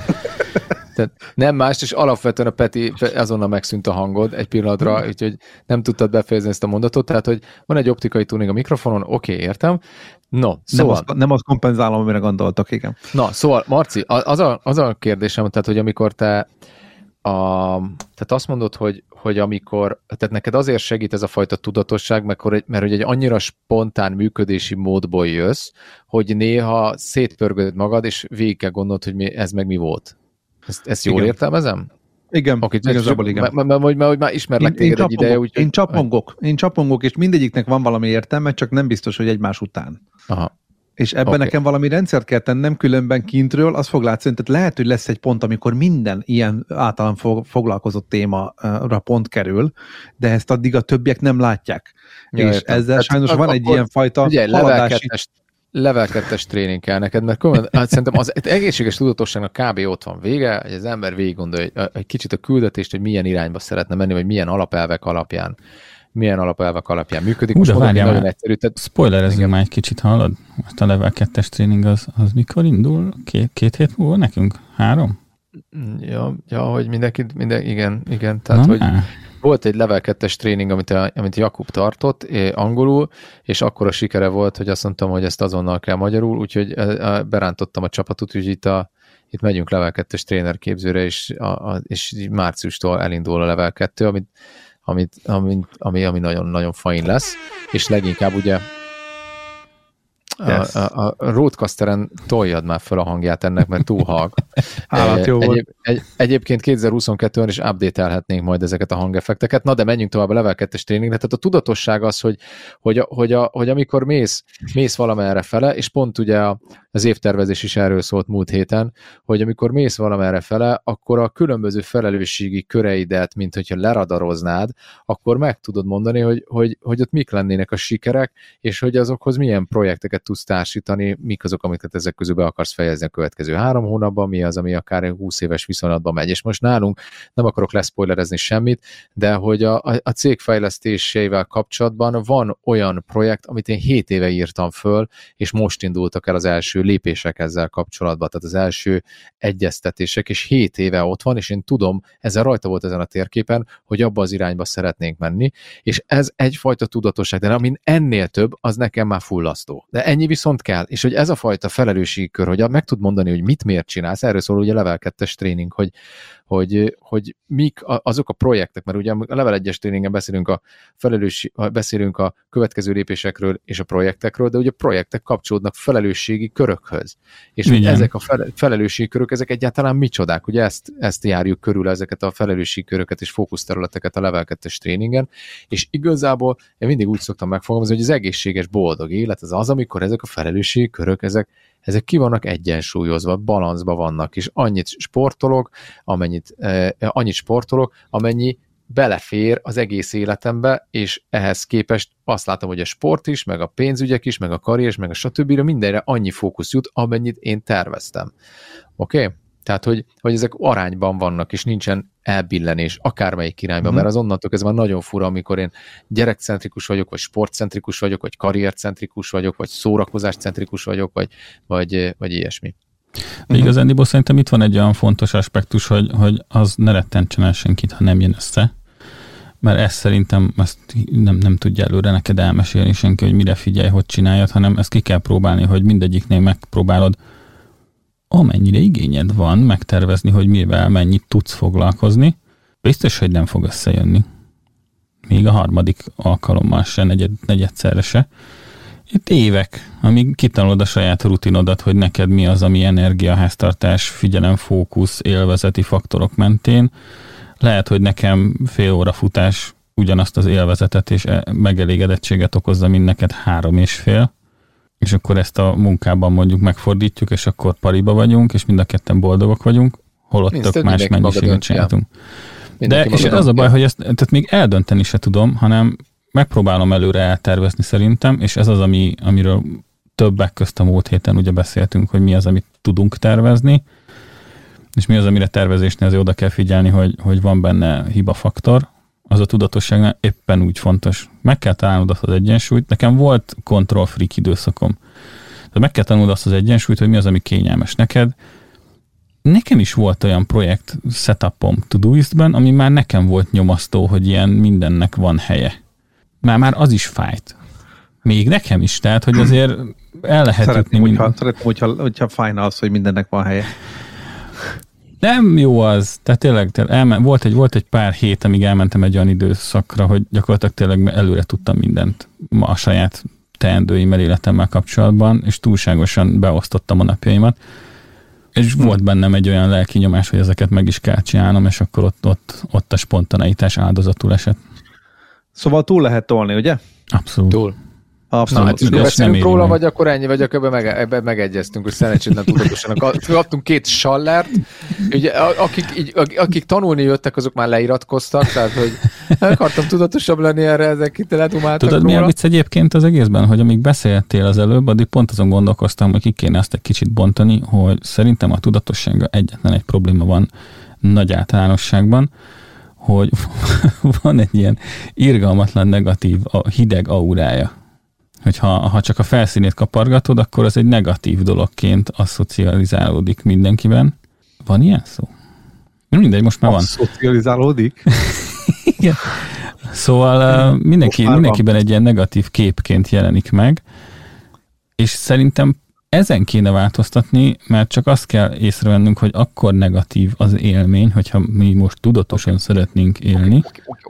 G: Tehát nem más, és alapvetően a Peti azonnal megszűnt a hangod egy pillanatra, úgyhogy nem tudtad befejezni ezt a mondatot, tehát hogy van egy optikai tuning a mikrofonon, oké, okay, értem. No, szóval...
F: Nem azt, nem azt kompenzálom, amire gondoltak, igen.
G: Na, szóval Marci, az a, az a kérdésem, tehát hogy amikor te a, tehát azt mondod, hogy, hogy amikor, tehát neked azért segít ez a fajta tudatosság, mert, mert hogy egy annyira spontán működési módból jössz, hogy néha szétpörgöd magad, és végig kell gondolod, hogy mi, ez meg mi volt. Ezt, ezt jól igen. értelmezem?
F: Igen, okay, igazából igen.
G: Mert m- m- m- már ismerlek téged egy ideje. Úgy,
F: én csapongok, én csapongok, és mindegyiknek van valami értelme, csak nem biztos, hogy egymás után.
G: Aha.
F: És ebben okay. nekem valami rendszert kell tennem, különben kintről, az fog látszani, tehát lehet, hogy lesz egy pont, amikor minden ilyen általán foglalkozott témára pont kerül, de ezt addig a többiek nem látják. Ja, és értem. Ezzel hát sajnos van egy ilyen fajta
G: ugye, haladási... level kettes tréning kell neked, mert komolyan, hát szerintem az egészséges tudatosságnak kb. Ott van vége, hogy az ember végig gondolja egy, egy kicsit a küldetést, hogy milyen irányba szeretne menni, vagy milyen alapelvek alapján milyen alapelvek alapján működik.
B: Most várjál, nagyon egyszerű. Tehát... Spoilerezzünk már egy kicsit, hallod? Most a level kettes tréning az, az mikor indul? Két, két hét múlva nekünk? Három?
G: Ja, ja hogy mindenki, minden, igen, igen. Tehát, na, hogy ne. Volt egy level kettes tréning, amit, a, amit Jakub tartott eh, angolul, és akkor a sikere volt, hogy azt mondtam, hogy ezt azonnal kell magyarul, úgyhogy eh, berántottam a csapatot, úgyhogy itt, a, itt megyünk level kettes trénerképzőre, és, a, a, és márciustól elindul a level kettő, amit Amit, ami, ami, ami nagyon, nagyon fain lesz, és leginkább ugye yes. a, a, a Roadcasteren toljad már fel a hangját ennek, mert túl halk. Egyéb, egy, egyébként kétezer-huszonkettőben is update-elhetnénk majd ezeket a hangeffekteket, na de menjünk tovább a level kettes tréningre, tehát a tudatosság az, hogy, hogy, hogy, a, hogy amikor mész, mész valamerre fele, és pont ugye a, az évtervezés is erről szólt múlt héten, hogy amikor mész valamerre fele, akkor a különböző felelősségi köreidet, mint hogyha leradaroznád, akkor meg tudod mondani, hogy, hogy, hogy ott mik lennének a sikerek, és hogy azokhoz milyen projekteket tudsz társítani, mik azok, amiket ezek közül be akarsz fejezni a következő három hónapban, mi az, ami akár húsz éves viszonylatban megy. És most nálunk nem akarok leszpoilerezni semmit, de hogy a, a cég fejlesztéseivel kapcsolatban van olyan projekt, amit én hét éve írtam föl, és most indultak el az első lépések ezzel kapcsolatban, tehát az első egyeztetések, és hét éve ott van, és én tudom, ezzel rajta volt ezen a térképen, hogy abba az irányba szeretnénk menni, és ez egyfajta tudatosság, de amin ennél több, az nekem már fullasztó. De ennyi viszont kell, és hogy ez a fajta felelősségkör, hogy meg tud mondani, hogy mit miért csinálsz, erről szól ugye a level kettes tréning, hogy, hogy, hogy mik azok a projektek, mert ugye a level egyes tréningen beszélünk a felelősség, beszélünk a következő lépésekről és a projektekről, de ugye a projektek kapcsolódnak felelősségi körökhöz. És hogy ezek a felelősségi körök, ezek egyáltalán micsodák, ugye ezt, ezt járjuk körül, ezeket a felelősségi köröket és fókuszterületeket a level kettes tréningen, és igazából én mindig úgy szoktam megfogalmazni, hogy az egészséges, boldog élet az az, amikor ezek a felelősségi körök, ezek ezek ki vannak egyensúlyozva, balanszban vannak, és annyit sportolok, amennyit, eh, annyit sportolok, amennyi belefér az egész életembe, és ehhez képest azt látom, hogy a sport is, meg a pénzügyek is, meg a karrier is, meg a stb. Mindenre annyi fókusz jut, amennyit én terveztem. Oké? Okay? Tehát, hogy, hogy ezek arányban vannak, és nincsen elbillenés akármelyik irányba, mm-hmm. mert az onnantól ez már nagyon fura, amikor én gyerekcentrikus vagyok, vagy sportcentrikus vagyok, vagy karriercentrikus vagyok, vagy szórakozáscentrikus vagyok, vagy, vagy, vagy ilyesmi.
B: De igazándiból szerintem itt van egy olyan fontos aspektus, hogy, hogy az ne rettentsen el senkit, ha nem jön össze, mert ezt szerintem ezt nem, nem tudja előre neked elmesélni senki, hogy mire figyelj, hogy csináljad, hanem ezt ki kell próbálni, hogy mindegyiknél megpróbálod, amennyire igényed van megtervezni, hogy mivel mennyit tudsz foglalkozni, biztos, hogy nem fog összejönni. Még a harmadik alkalommal se, negyed, negyedszerre se. Itt évek, amíg kitanulod a saját rutinodat, hogy neked mi az, ami energia, háztartás, figyelem, fókusz, élvezeti faktorok mentén. Lehet, hogy nekem fél óra futás ugyanazt az élvezetet és megelégedettséget okozza, mint neked három és fél. És akkor ezt a munkában mondjuk megfordítjuk, és akkor pariba vagyunk, és mind a ketten boldogok vagyunk, holott tök más mennyiséget csináltunk. De és az a baj, hogy ezt tehát még eldönteni se tudom, hanem megpróbálom előre eltervezni szerintem, és ez az, ami, amiről többek közt a múlt héten ugye beszéltünk, hogy mi az, amit tudunk tervezni, és mi az, amire tervezésnél azért oda kell figyelni, hogy, hogy van benne hibafaktor, az a tudatosságnál éppen úgy fontos. Meg kell találnod azt az egyensúlyt. Nekem volt control freak időszakom. Tehát meg kell tanulnod azt az egyensúlyt, hogy mi az, ami kényelmes neked. Nekem is volt olyan projekt setupom Todoist-ben, ami már nekem volt nyomasztó, hogy ilyen mindennek van helye. Már, már az is fájt. Még nekem is, tehát, hogy azért el lehet
F: Szeretném,
B: jutni.
F: hogyha, szeretném hogyha, hogyha fájna az, hogy mindennek van helye.
B: Nem jó az, tehát tényleg, tényleg elmen, volt, egy, volt egy pár hét, amíg elmentem egy olyan időszakra, hogy gyakorlatilag tényleg előre tudtam mindent a saját teendőimmel, életemmel kapcsolatban, és túlságosan beosztottam a napjaimat, és hmm. volt bennem egy olyan lelki nyomás, hogy ezeket meg is kell csinálnom, és akkor ott, ott, ott a spontaneitás áldozatul esett.
F: Szóval túl lehet tolni, ugye?
B: Abszolút.
G: Túl.
F: Abszolút.
G: Na, hát
B: Ügyes,
G: beszélünk róla,
B: meg.
G: vagy akkor ennyi, vagy akkor ebben, meg, ebben megegyeztünk, hogy szerencsétlen tudatosan. Kaptunk két sallert, ugye, akik, így, akik tanulni jöttek, azok már leiratkoztak, tehát hogy akartam tudatosabb lenni erre, ezek itt ledumáltak
B: Tudod,
G: róla.
B: milyen vicc egyébként az egészben, hogy amíg beszéltél az előbb, addig pont azon gondolkoztam, hogy ki kéne azt egy kicsit bontani, hogy szerintem a tudatossággal egyetlen egy probléma van nagy általánosságban, hogy van egy ilyen irgalmatlan negatív, a hideg aurája. Hogyha ha csak a felszínét kapargatod, akkor az egy negatív dologként asszocializálódik mindenkiben. Van ilyen szó? Mindegy, most már van.
F: Asszocializálódik?
B: Igen. Szóval uh, mindenki, mindenkiben egy ilyen negatív képként jelenik meg, és szerintem ezen kéne változtatni, mert csak azt kell észrevennünk, hogy akkor negatív az élmény, hogyha mi most tudatosan szeretnénk élni,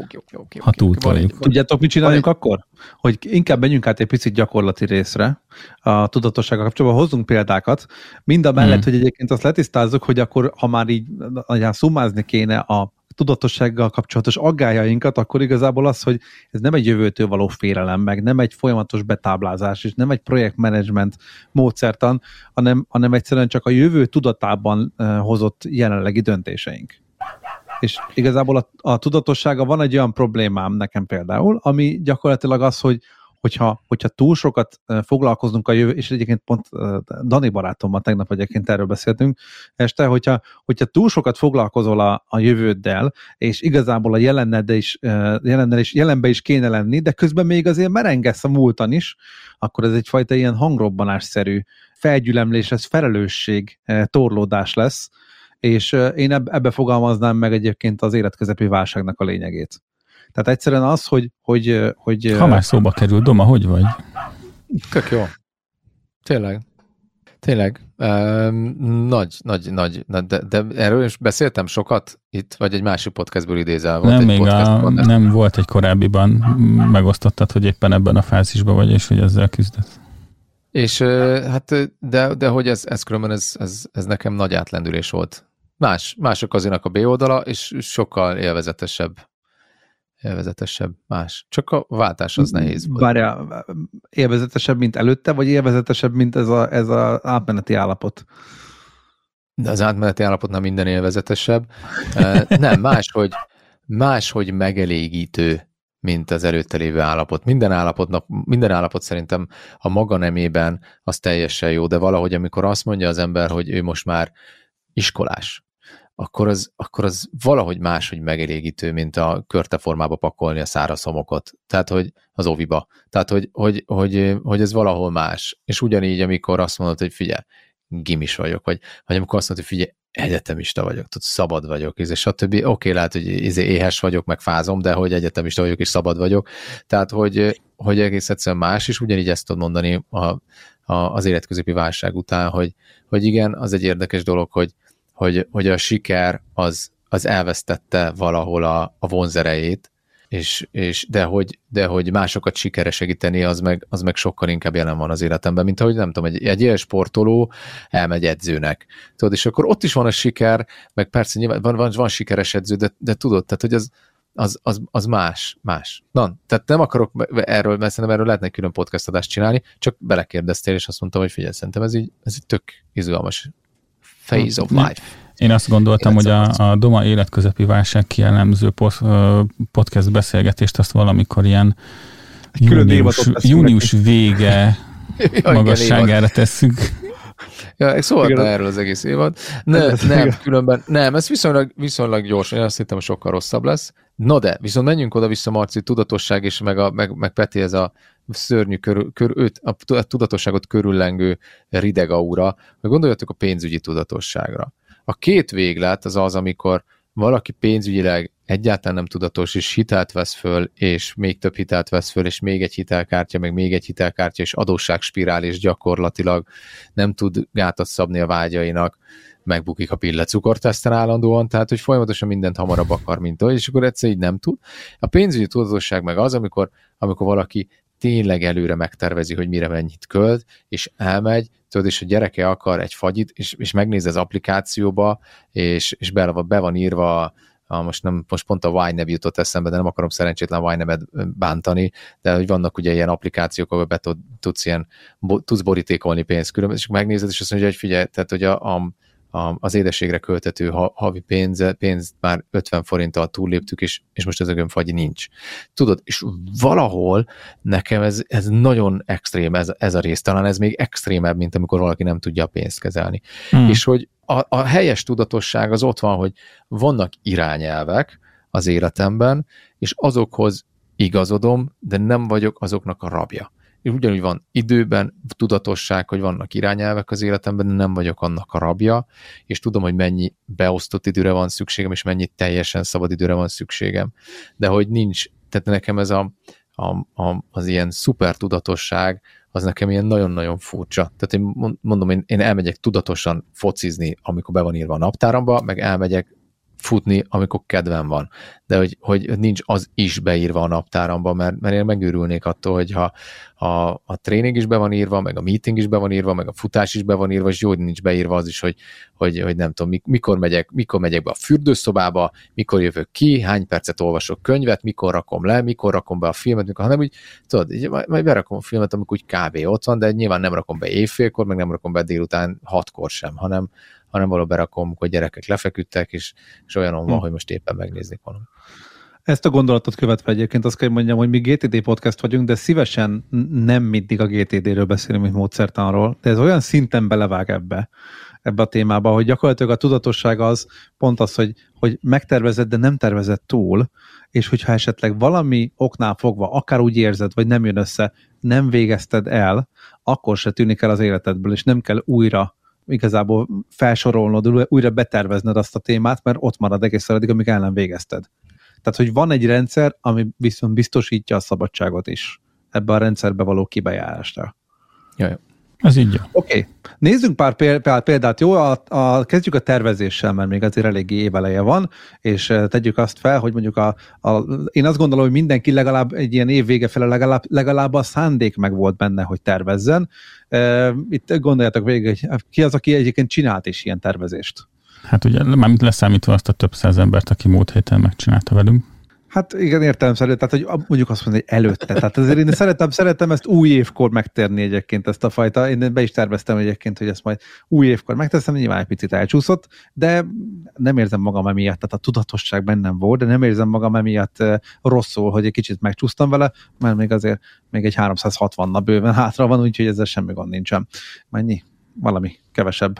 B: ha túltoljuk.
F: Tudjátok, mit csináljunk akkor? Hogy inkább menjünk át egy picit gyakorlati részre a tudatossággal kapcsolatban, hozzunk példákat, mind a mellett, hmm. hogy egyébként azt letisztázzuk, hogy akkor, ha már így nagyán szumázni kéne a tudatossággal kapcsolatos aggájainkat, akkor igazából az, hogy ez nem egy jövőtől való félelem, meg nem egy folyamatos betáblázás, és nem egy projektmenedzsment módszertan, hanem, hanem egyszerűen csak a jövő tudatában hozott jelenlegi döntéseink. És igazából a, a tudatossága van egy olyan problémám nekem például, ami gyakorlatilag az, hogy hogyha, hogyha túl sokat foglalkozunk a jövő, és egyébként pont Dani barátommal tegnap egyébként erről beszéltünk este, hogyha, hogyha túl sokat foglalkozol a, a jövőddel, és igazából a jelenned is, jelennel is, jelenbe is kéne lenni, de közben még azért merengesz a múltan is, akkor ez egyfajta ilyen hangrobbanásszerű felgyülemlés, ez felelősség, torlódás lesz, és én ebbe fogalmaznám meg egyébként az életközepi válságnak a lényegét. Tehát egyszerűen az, hogy... hogy, hogy
B: ha már szóba kerül, Doma, hogy vagy?
G: Tök jó. Tényleg. Tényleg. Um, nagy, nagy, nagy. De, de erről is beszéltem sokat itt, vagy egy másik podcastből idézel? Volt
B: nem,
G: egy
B: még
G: podcast,
B: a, nem volt egy korábbiban, megosztottad, hogy éppen ebben a fázisban vagy, és hogy ezzel küzdesz.
G: És hát, de, de hogy ez, ez különben, ez, ez, ez nekem nagy átlendülés volt. Más, mások azénak a B oldala, és sokkal élvezetesebb. Élvezetesebb, más. Csak a váltás az nehéz volt.
F: Várjál, élvezetesebb, mint előtte, vagy élvezetesebb, mint ez az ez a átmeneti állapot?
G: De az átmeneti állapotnál minden élvezetesebb. Nem, máshogy, máshogy megelégítő, mint az előtte lévő állapot. Minden állapotnak, minden állapot szerintem a maga nemében az teljesen jó, de valahogy amikor azt mondja az ember, hogy ő most már iskolás, akkor az, akkor az valahogy máshogy megelégítő, mint a körteformába pakolni a száraz homokot. Tehát, hogy az oviba. Tehát, hogy, hogy, hogy, hogy ez valahol más. És ugyanígy, amikor azt mondod, hogy figyelj, gimis vagyok, vagy, vagy amikor azt mondod, hogy figyelj, egyetemista vagyok, tudod, szabad vagyok, és stb. Oké, okay, lehet, hogy éhes vagyok, meg fázom, de hogy egyetemista vagyok, és szabad vagyok. Tehát, hogy, hogy egész egyszerűen más, és ugyanígy ezt tudod mondani a, a, az életközepi válság után, hogy, hogy igen, az egy érdekes dolog, hogy Hogy, hogy a siker az, az elvesztette valahol a, a vonzerejét, és, és de, hogy, de hogy másokat sikere segíteni, az meg, az meg sokkal inkább jelen van az életemben, mint ahogy nem tudom, egy, egy ilyen sportoló elmegy edzőnek. Tudod, és akkor ott is van a siker, meg persze nyilván van, van, van sikeres edző, de, de tudod, tehát hogy az, az, az, az más, más. Na, tehát nem akarok erről, mert szerintem erről lehetne egy külön podcast adást csinálni, csak belekérdeztél, és azt mondtam, hogy figyelj, szerintem ez így, ez így tök izgalmas phase of life.
B: Én azt gondoltam, hogy a, a Doma életközepi válság kijellemző podcast beszélgetést azt valamikor ilyen
F: Egy külön
B: június, június vége magasságára tesszük.
G: Ja, szóval erről az egész évad. Ne, nem, különben, nem, ez viszonylag, viszonylag gyors, én azt hittem, hogy sokkal rosszabb lesz. Na de, viszont menjünk oda-vissza, Marci, tudatosság, és meg, a, meg, meg Peti, ez a szörnyű, körül, körül, őt, a tudatosságot körüllengő rideg aura, meg gondoljatok a pénzügyi tudatosságra. A két véglet az az, amikor valaki pénzügyileg egyáltalán nem tudatos, és hitelt vesz föl, és még több hitelt vesz föl, és még egy hitelkártya, meg még egy hitelkártya, és adósságspirál, és gyakorlatilag nem tud gátat szabni a vágyainak, megbukik a pillecukorteszten állandóan, tehát hogy folyamatosan mindent hamarabb akar, mint ahogy, és akkor egyszer így nem tud. A pénzügyi tudatosság meg az, amikor, amikor valaki tényleg előre megtervezi, hogy mire mennyit költ, és elmegy, tudod, és a gyereke akar egy fagyit, és, és megnéz az applikációba, és, és be, be van írva, a, most, nem, most pont a Y-nev jutott eszembe, de nem akarom szerencsétlen Y-nevet bántani, de hogy vannak ugye ilyen applikációk, ahol be tud, tudsz, ilyen, bo, tudsz borítékolni pénzt különben, és megnézed, és azt mondja, hogy figyelj, tehát hogy a, a az édességre költető havi pénz, pénzt már ötven forinttal túlléptük, és, és most ezekön fagyi nincs. Tudod, és valahol nekem ez, ez nagyon extrém, ez, ez a rész, talán ez még extrémebb, mint amikor valaki nem tudja a pénzt kezelni. Hmm. És hogy a, a helyes tudatosság az ott van, hogy vannak irányelvek az életemben, és azokhoz igazodom, de nem vagyok azoknak a rabja. És ugyanúgy van időben tudatosság, hogy vannak irányelvek az életemben, de nem vagyok annak a rabja, és tudom, hogy mennyi beosztott időre van szükségem, és mennyi teljesen szabad időre van szükségem. De hogy nincs, tehát nekem ez a, a, a, az ilyen szuper tudatosság, az nekem ilyen nagyon-nagyon furcsa. Tehát én mondom, én, én elmegyek tudatosan focizni, amikor be van írva a naptáramba, meg elmegyek futni, amikor kedvem van. De hogy, hogy nincs az is beírva a naptáramba, mert, mert én megőrülnék attól, hogy ha a, a tréning is be van írva, meg a meeting is be van írva, meg a futás is be van írva, és jó, hogy nincs beírva az is, hogy, hogy, hogy nem tudom, mikor megyek, mikor megyek be a fürdőszobába, mikor jövök ki, hány percet olvasok könyvet, mikor rakom le, mikor rakom be a filmet, mikor, hanem úgy, tudod, így, majd berakom a filmet, amikor úgy kb. Ott van, de nyilván nem rakom be éjfélkor, meg nem rakom be délután hatkor sem, hanem hanem valahol berakom, hogy gyerekek lefeküdtek, és, és olyanon van, hm. hogy most éppen megnéznék valamit.
F: Ezt a gondolatot követve egyébként azt kell mondjam, hogy mi gé té dé podcast vagyunk, de szívesen nem mindig a gé té dé-ről beszélünk, mint módszertanról, de ez olyan szinten belevág ebbe, ebbe a témába, hogy gyakorlatilag a tudatosság az pont az, hogy, hogy megtervezed, de nem tervezed túl, és hogyha esetleg valami oknál fogva, akár úgy érzed, vagy nem jön össze, nem végezted el, akkor se tűnik el az életedből, és nem kell újra igazából felsorolnod, újra betervezned azt a témát, mert ott marad egészen addig, amíg el nem végezted. Tehát, hogy van egy rendszer, ami viszont biztosítja a szabadságot is ebbe a rendszerbe való kibejárásra.
B: Jaj, ez így jó.
F: Oké, okay. Nézzünk pár példát, jó? A, a, kezdjük a tervezéssel, mert még azért eléggé éveleje van, és tegyük azt fel, hogy mondjuk a, a, én azt gondolom, hogy mindenki legalább egy ilyen év vége fele legalább, legalább a szándék meg volt benne, hogy tervezzen. Itt gondoljátok végig, hogy ki az, aki egyébként csinált is ilyen tervezést?
B: Hát ugye, mármint leszámítva azt a több száz embert, aki múlt héten megcsinálta velünk.
F: Hát igen, értelemszerű, tehát hogy mondjuk azt mondani, hogy előtte. Tehát azért én szeretem, szeretem ezt új évkor megtérni egyébként ezt a fajta. Én be is terveztem egyébként, hogy ezt majd új évkor megteszem, nyilván egy picit elcsúszott, de nem érzem magam emiatt, tehát a tudatosság bennem volt, de nem érzem magam emiatt rosszul, hogy egy kicsit megcsúsztam vele, mert még azért még egy háromszázhatvan nap bőven hátra van, úgyhogy ezzel semmi gond nincsen. Mennyi? Valami kevesebb,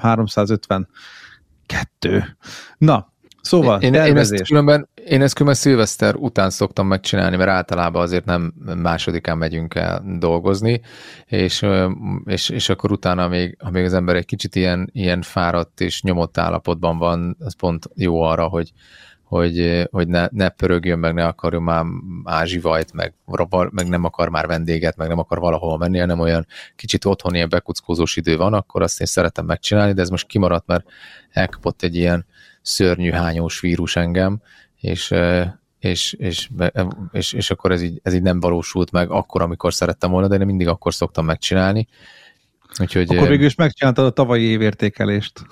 F: háromszázötvenkettő. Na, szóval,
G: én, én, ezt különben, én ezt különben szilveszter után szoktam megcsinálni, mert általában azért nem másodikán megyünk el dolgozni, és, és, és akkor utána még, ha még az ember egy kicsit ilyen, ilyen fáradt és nyomott állapotban van, az pont jó arra, hogy, hogy, hogy ne, ne pörögjön, meg ne akarjon már ázsivajt, meg, meg nem akar már vendéget, meg nem akar valahol menni, hanem olyan kicsit otthon ilyen bekuckózós idő van, akkor azt én szeretem megcsinálni, de ez most kimaradt, mert elkapott egy ilyen szörnyű hányós vírus engem, és, és, és, és, és akkor ez így, ez így nem valósult meg akkor, amikor szerettem volna, de én mindig akkor szoktam megcsinálni. Úgyhogy,
F: akkor végül is megcsináltad a tavalyi évértékelést.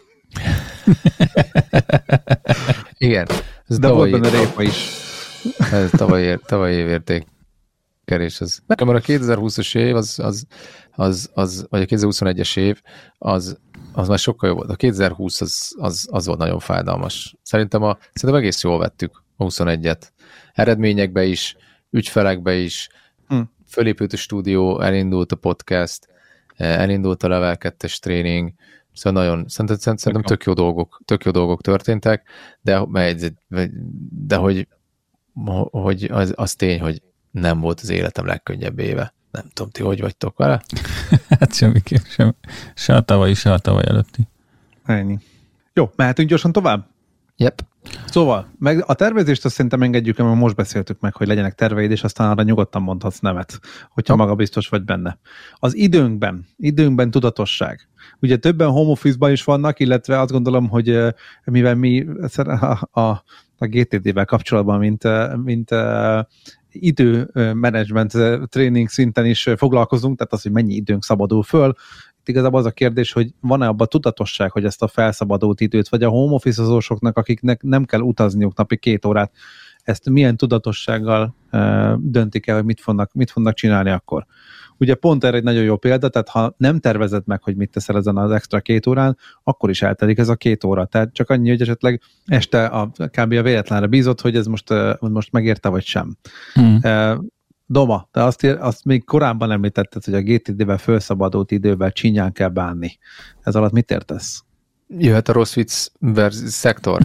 G: Igen. Ez
F: de tavalyi, volt benne répa is.
G: Ez tavalyi, tavalyi évértékelés. Az. Nekem a kétezer-húszas év, az, az, az, az, vagy a kétezer-huszonegyes év, az az már sokkal jobb volt. A kétezer-húsz az, az, az volt nagyon fájdalmas. Szerintem, a, szerintem egész jól vettük a huszonegyet. Eredményekbe is, ügyfelekbe is, hm. fölépült a stúdió, elindult a podcast, elindult a level kettes tréning, szóval nagyon, szerintem, szerintem tök jó dolgok, tök jó dolgok történtek, de, de hogy, hogy az, az tény, hogy nem volt az életem legkönnyebb éve. Nem tudom, ti hogy vagytok vele?
B: Hát semmiképp sem. Se a tavalyi, se a tavaly előtti.
F: Ennyi. Jó, mehetünk gyorsan tovább?
G: Yep.
F: Szóval, meg a tervezést azt szerintem engedjük, mert most beszéltük meg, hogy legyenek terveid, és aztán arra nyugodtan mondhatsz nemet, hogyha maga biztos vagy benne. Az időnkben, időnkben tudatosság. Ugye többen home office-ban is vannak, illetve azt gondolom, hogy mivel mi a, a, a gé té dé-vel kapcsolatban, mint, mint időmenedzsment tréning szinten is foglalkozunk, tehát az, hogy mennyi időnk szabadul föl. Itt igazából az a kérdés, hogy van-e abban tudatosság, hogy ezt a felszabadult időt, vagy a home office-ozósoknak, akiknek nem kell utazniuk napi két órát, ezt milyen tudatossággal e, döntik el, hogy mit fognak, mit fognak csinálni akkor. Ugye pont erre egy nagyon jó példa, tehát ha nem tervezed meg, hogy mit teszel ezen az extra két órán, akkor is eltelik ez a két óra. Tehát csak annyi, hogy esetleg este a, kb. A véletlenre bízott, hogy ez most, most megérte, vagy sem. Hmm. E, Doma, de azt, azt még korábban említetted, hogy a gé té dé-vel felszabadult idővel csinyán kell bánni. Ez alatt mit értesz?
G: Jöhet a rossz vicc versus szektor.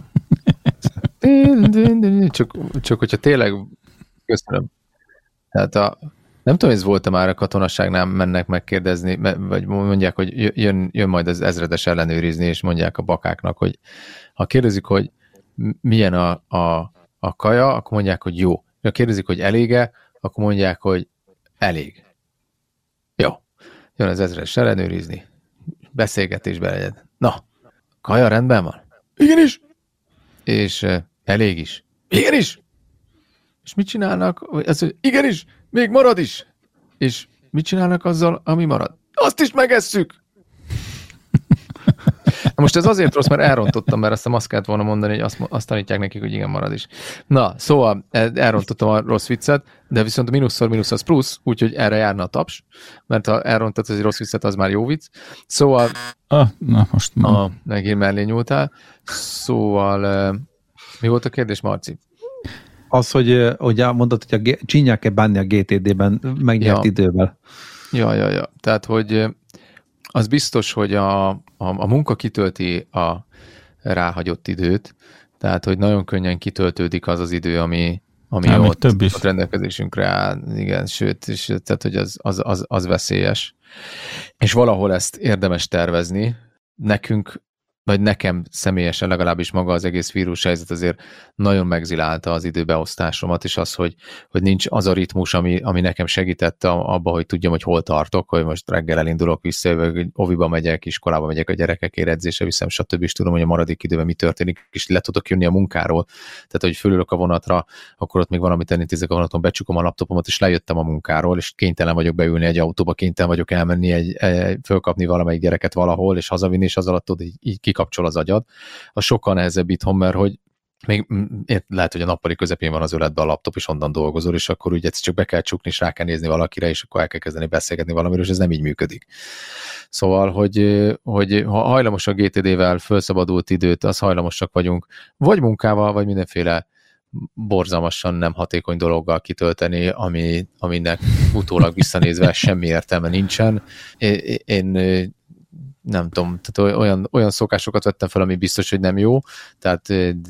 G: csak, csak hogyha tényleg köszönöm. Tehát a, nem tudom, ez volt-e már a katonaságnál, mennek megkérdezni, vagy mondják, hogy jön, jön majd az ezredes ellenőrizni, és mondják a bakáknak, hogy ha kérdezik, hogy milyen a, a, a kaja, akkor mondják, hogy jó. Ha kérdezik, hogy elége, akkor mondják, hogy elég. Jó. Jön az ezredes ellenőrizni. Beszélgetésbe legyen. Na, kaja rendben van? Igenis. És uh, elég is. Igenis. És mit csinálnak? Az, hogy igenis, még marad is. És mit csinálnak azzal, ami marad? Azt is megesszük. Na most ez azért rossz, mert elrontottam, mert azt a maszkát volna mondani, hogy azt, azt tanítják nekik, hogy igen, marad is. Na, szóval elrontottam a rossz viccet, de viszont a mínuszszor mínusz az plusz, úgyhogy erre járna a taps, mert ha elrontott az egy rossz viccet, az már jó vicc. Szóval...
B: Ah, na most már.
G: Ah, megint mellé nyúltál. Szóval... Mi volt a kérdés, Marci?
F: Az, hogy, hogy mondod, hogy a csinyák kell bánni a gé té dé-ben megnyert
G: ja.
F: idővel.
G: Ja, ja, ja. Tehát, hogy az biztos, hogy a, a, a munka kitölti a ráhagyott időt, tehát, hogy nagyon könnyen kitöltődik az az idő, ami, ami
B: Há,
G: ott,
B: több is.
G: ott rendelkezésünkre áll. Igen, sőt, és, tehát, hogy az, az, az, az veszélyes. És valahol ezt érdemes tervezni. Nekünk, vagy nekem személyesen legalábbis maga az egész vírus helyzet azért nagyon megzilálta az időbeosztásomat, és az, hogy, hogy nincs az a ritmus, ami, ami nekem segített abba, hogy tudjam, hogy hol tartok, hogy most reggel elindulok vissza, vagy oviba megyek, iskolába megyek, a gyerekek edzése viszem, stb. És tudom, hogy a maradék időben mi történik, és le tudok jönni a munkáról. Tehát, hogy fölülök a vonatra, akkor ott még valamit elintézek a vonaton, becsukom a laptopomat, és lejöttem a munkáról, és kénytelen vagyok beülni egy autóba, kénytelen vagyok elmenni, egy, egy, fölkapni valamelyik gyereket valahol, és hazavinni, és az alatt tudod, így, így kikapcsol az agyad. Az sokkal nehezebb itthon, mert hogy még lehet, hogy a nappali közepén van az öletben a laptop, és onnan dolgozol, és akkor ugye csak be kell csukni, és rá kell nézni valakire, és akkor el kell kezdeni beszélgetni valamiről, és ez nem így működik. Szóval, hogy, hogy ha hajlamos a gé té dé-vel felszabadult időt, az hajlamosak vagyunk, vagy munkával, vagy mindenféle borzalmasan nem hatékony dologgal kitölteni, ami, aminek utólag visszanézve semmi értelme nincsen. Én nem tudom, tehát olyan, olyan szokásokat vettem fel, ami biztos, hogy nem jó, tehát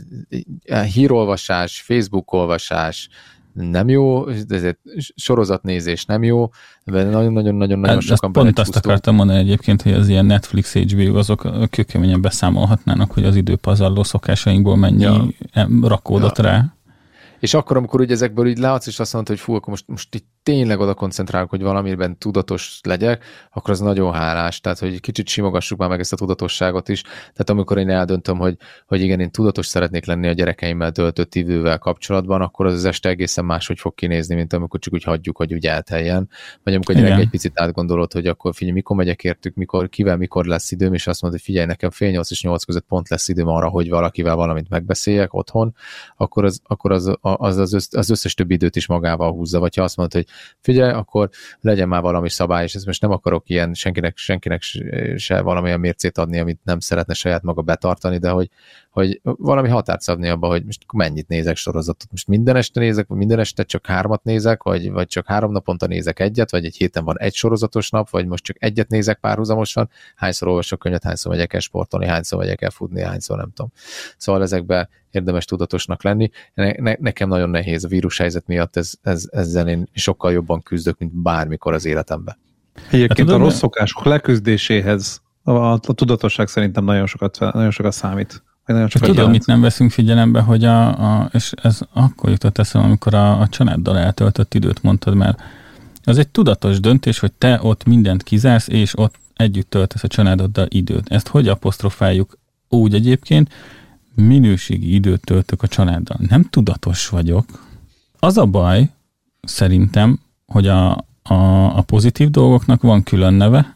G: hírolvasás, Facebook olvasás nem jó, ezért sorozatnézés nem jó, de nagyon-nagyon-nagyon sokan
B: pont azt akartam mondani egyébként, hogy az ilyen Netflix, há bé o azok kőkeményen beszámolhatnának, hogy az időpazarló szokásainkból mennyi ja. rakódott ja. rá.
G: És akkor, amikor ugye ezekből így látsz, és azt mondod, hogy fú, akkor most, most így tényleg oda koncentrálok, hogy valamiben tudatos legyek, akkor az nagyon hálás. Tehát, hogy kicsit simogassuk már meg ezt a tudatosságot is. Tehát amikor én eldöntöm, hogy, hogy igen, én tudatos szeretnék lenni a gyerekeimmel töltött idővel kapcsolatban, akkor az, az este egészen máshogy fog kinézni, mint amikor csak úgy hagyjuk, hogy úgy elteljen. Vagy amikor a gyerek egy picit átgondolod, hogy akkor figyelj, mikor megyek értük, mikor, kivel mikor lesz időm, és azt mondod, hogy figyelj, nekem fél nyolc és nyolc között pont lesz időm arra, hogy valakivel valamit megbeszéljek otthon, akkor az, akkor az az, az, össz, az összes többi időt is magával húzza, vagy ha azt mondod, hogy figyelj, akkor legyen már valami szabály, és ezt most nem akarok ilyen senkinek, senkinek se valamilyen mércét adni, amit nem szeretne saját maga betartani, de hogy, hogy valami határt szabni abba, hogy most mennyit nézek sorozatot. Most minden este nézek, vagy minden este csak hármat nézek, vagy, vagy csak három naponta nézek egyet, vagy egy héten van egy sorozatos nap, vagy most csak egyet nézek párhuzamosan, hányszor olvasok könyvet, hányszor megyek el sportolni, hányszor megyek el futni, hányszor nem tudom. Szóval ezekben érdemes tudatosnak lenni. Ne, ne, nekem nagyon nehéz a vírushelyzet miatt, ez, ez, ezzel én sokkal jobban küzdök, mint bármikor az életemben.
F: Egyébként hát, a rossz szokások leküzdéséhez a, a tudatosság szerintem nagyon sokat, nagyon sokat számít. Nagyon sokat
B: tudom,
F: jelent.
B: mit nem veszünk figyelembe, hogy a, a és ez akkor jutott eszem, amikor a, a családdal eltöltött időt mondtad, mert az egy tudatos döntés, hogy te ott mindent kizársz, és ott együtt töltesz a családoddal időt. Ezt hogy apostrofáljuk úgy egyébként, minőségi időt töltök a családdal. Nem tudatos vagyok. Az a baj, szerintem, hogy a, a, a pozitív dolgoknak van külön neve,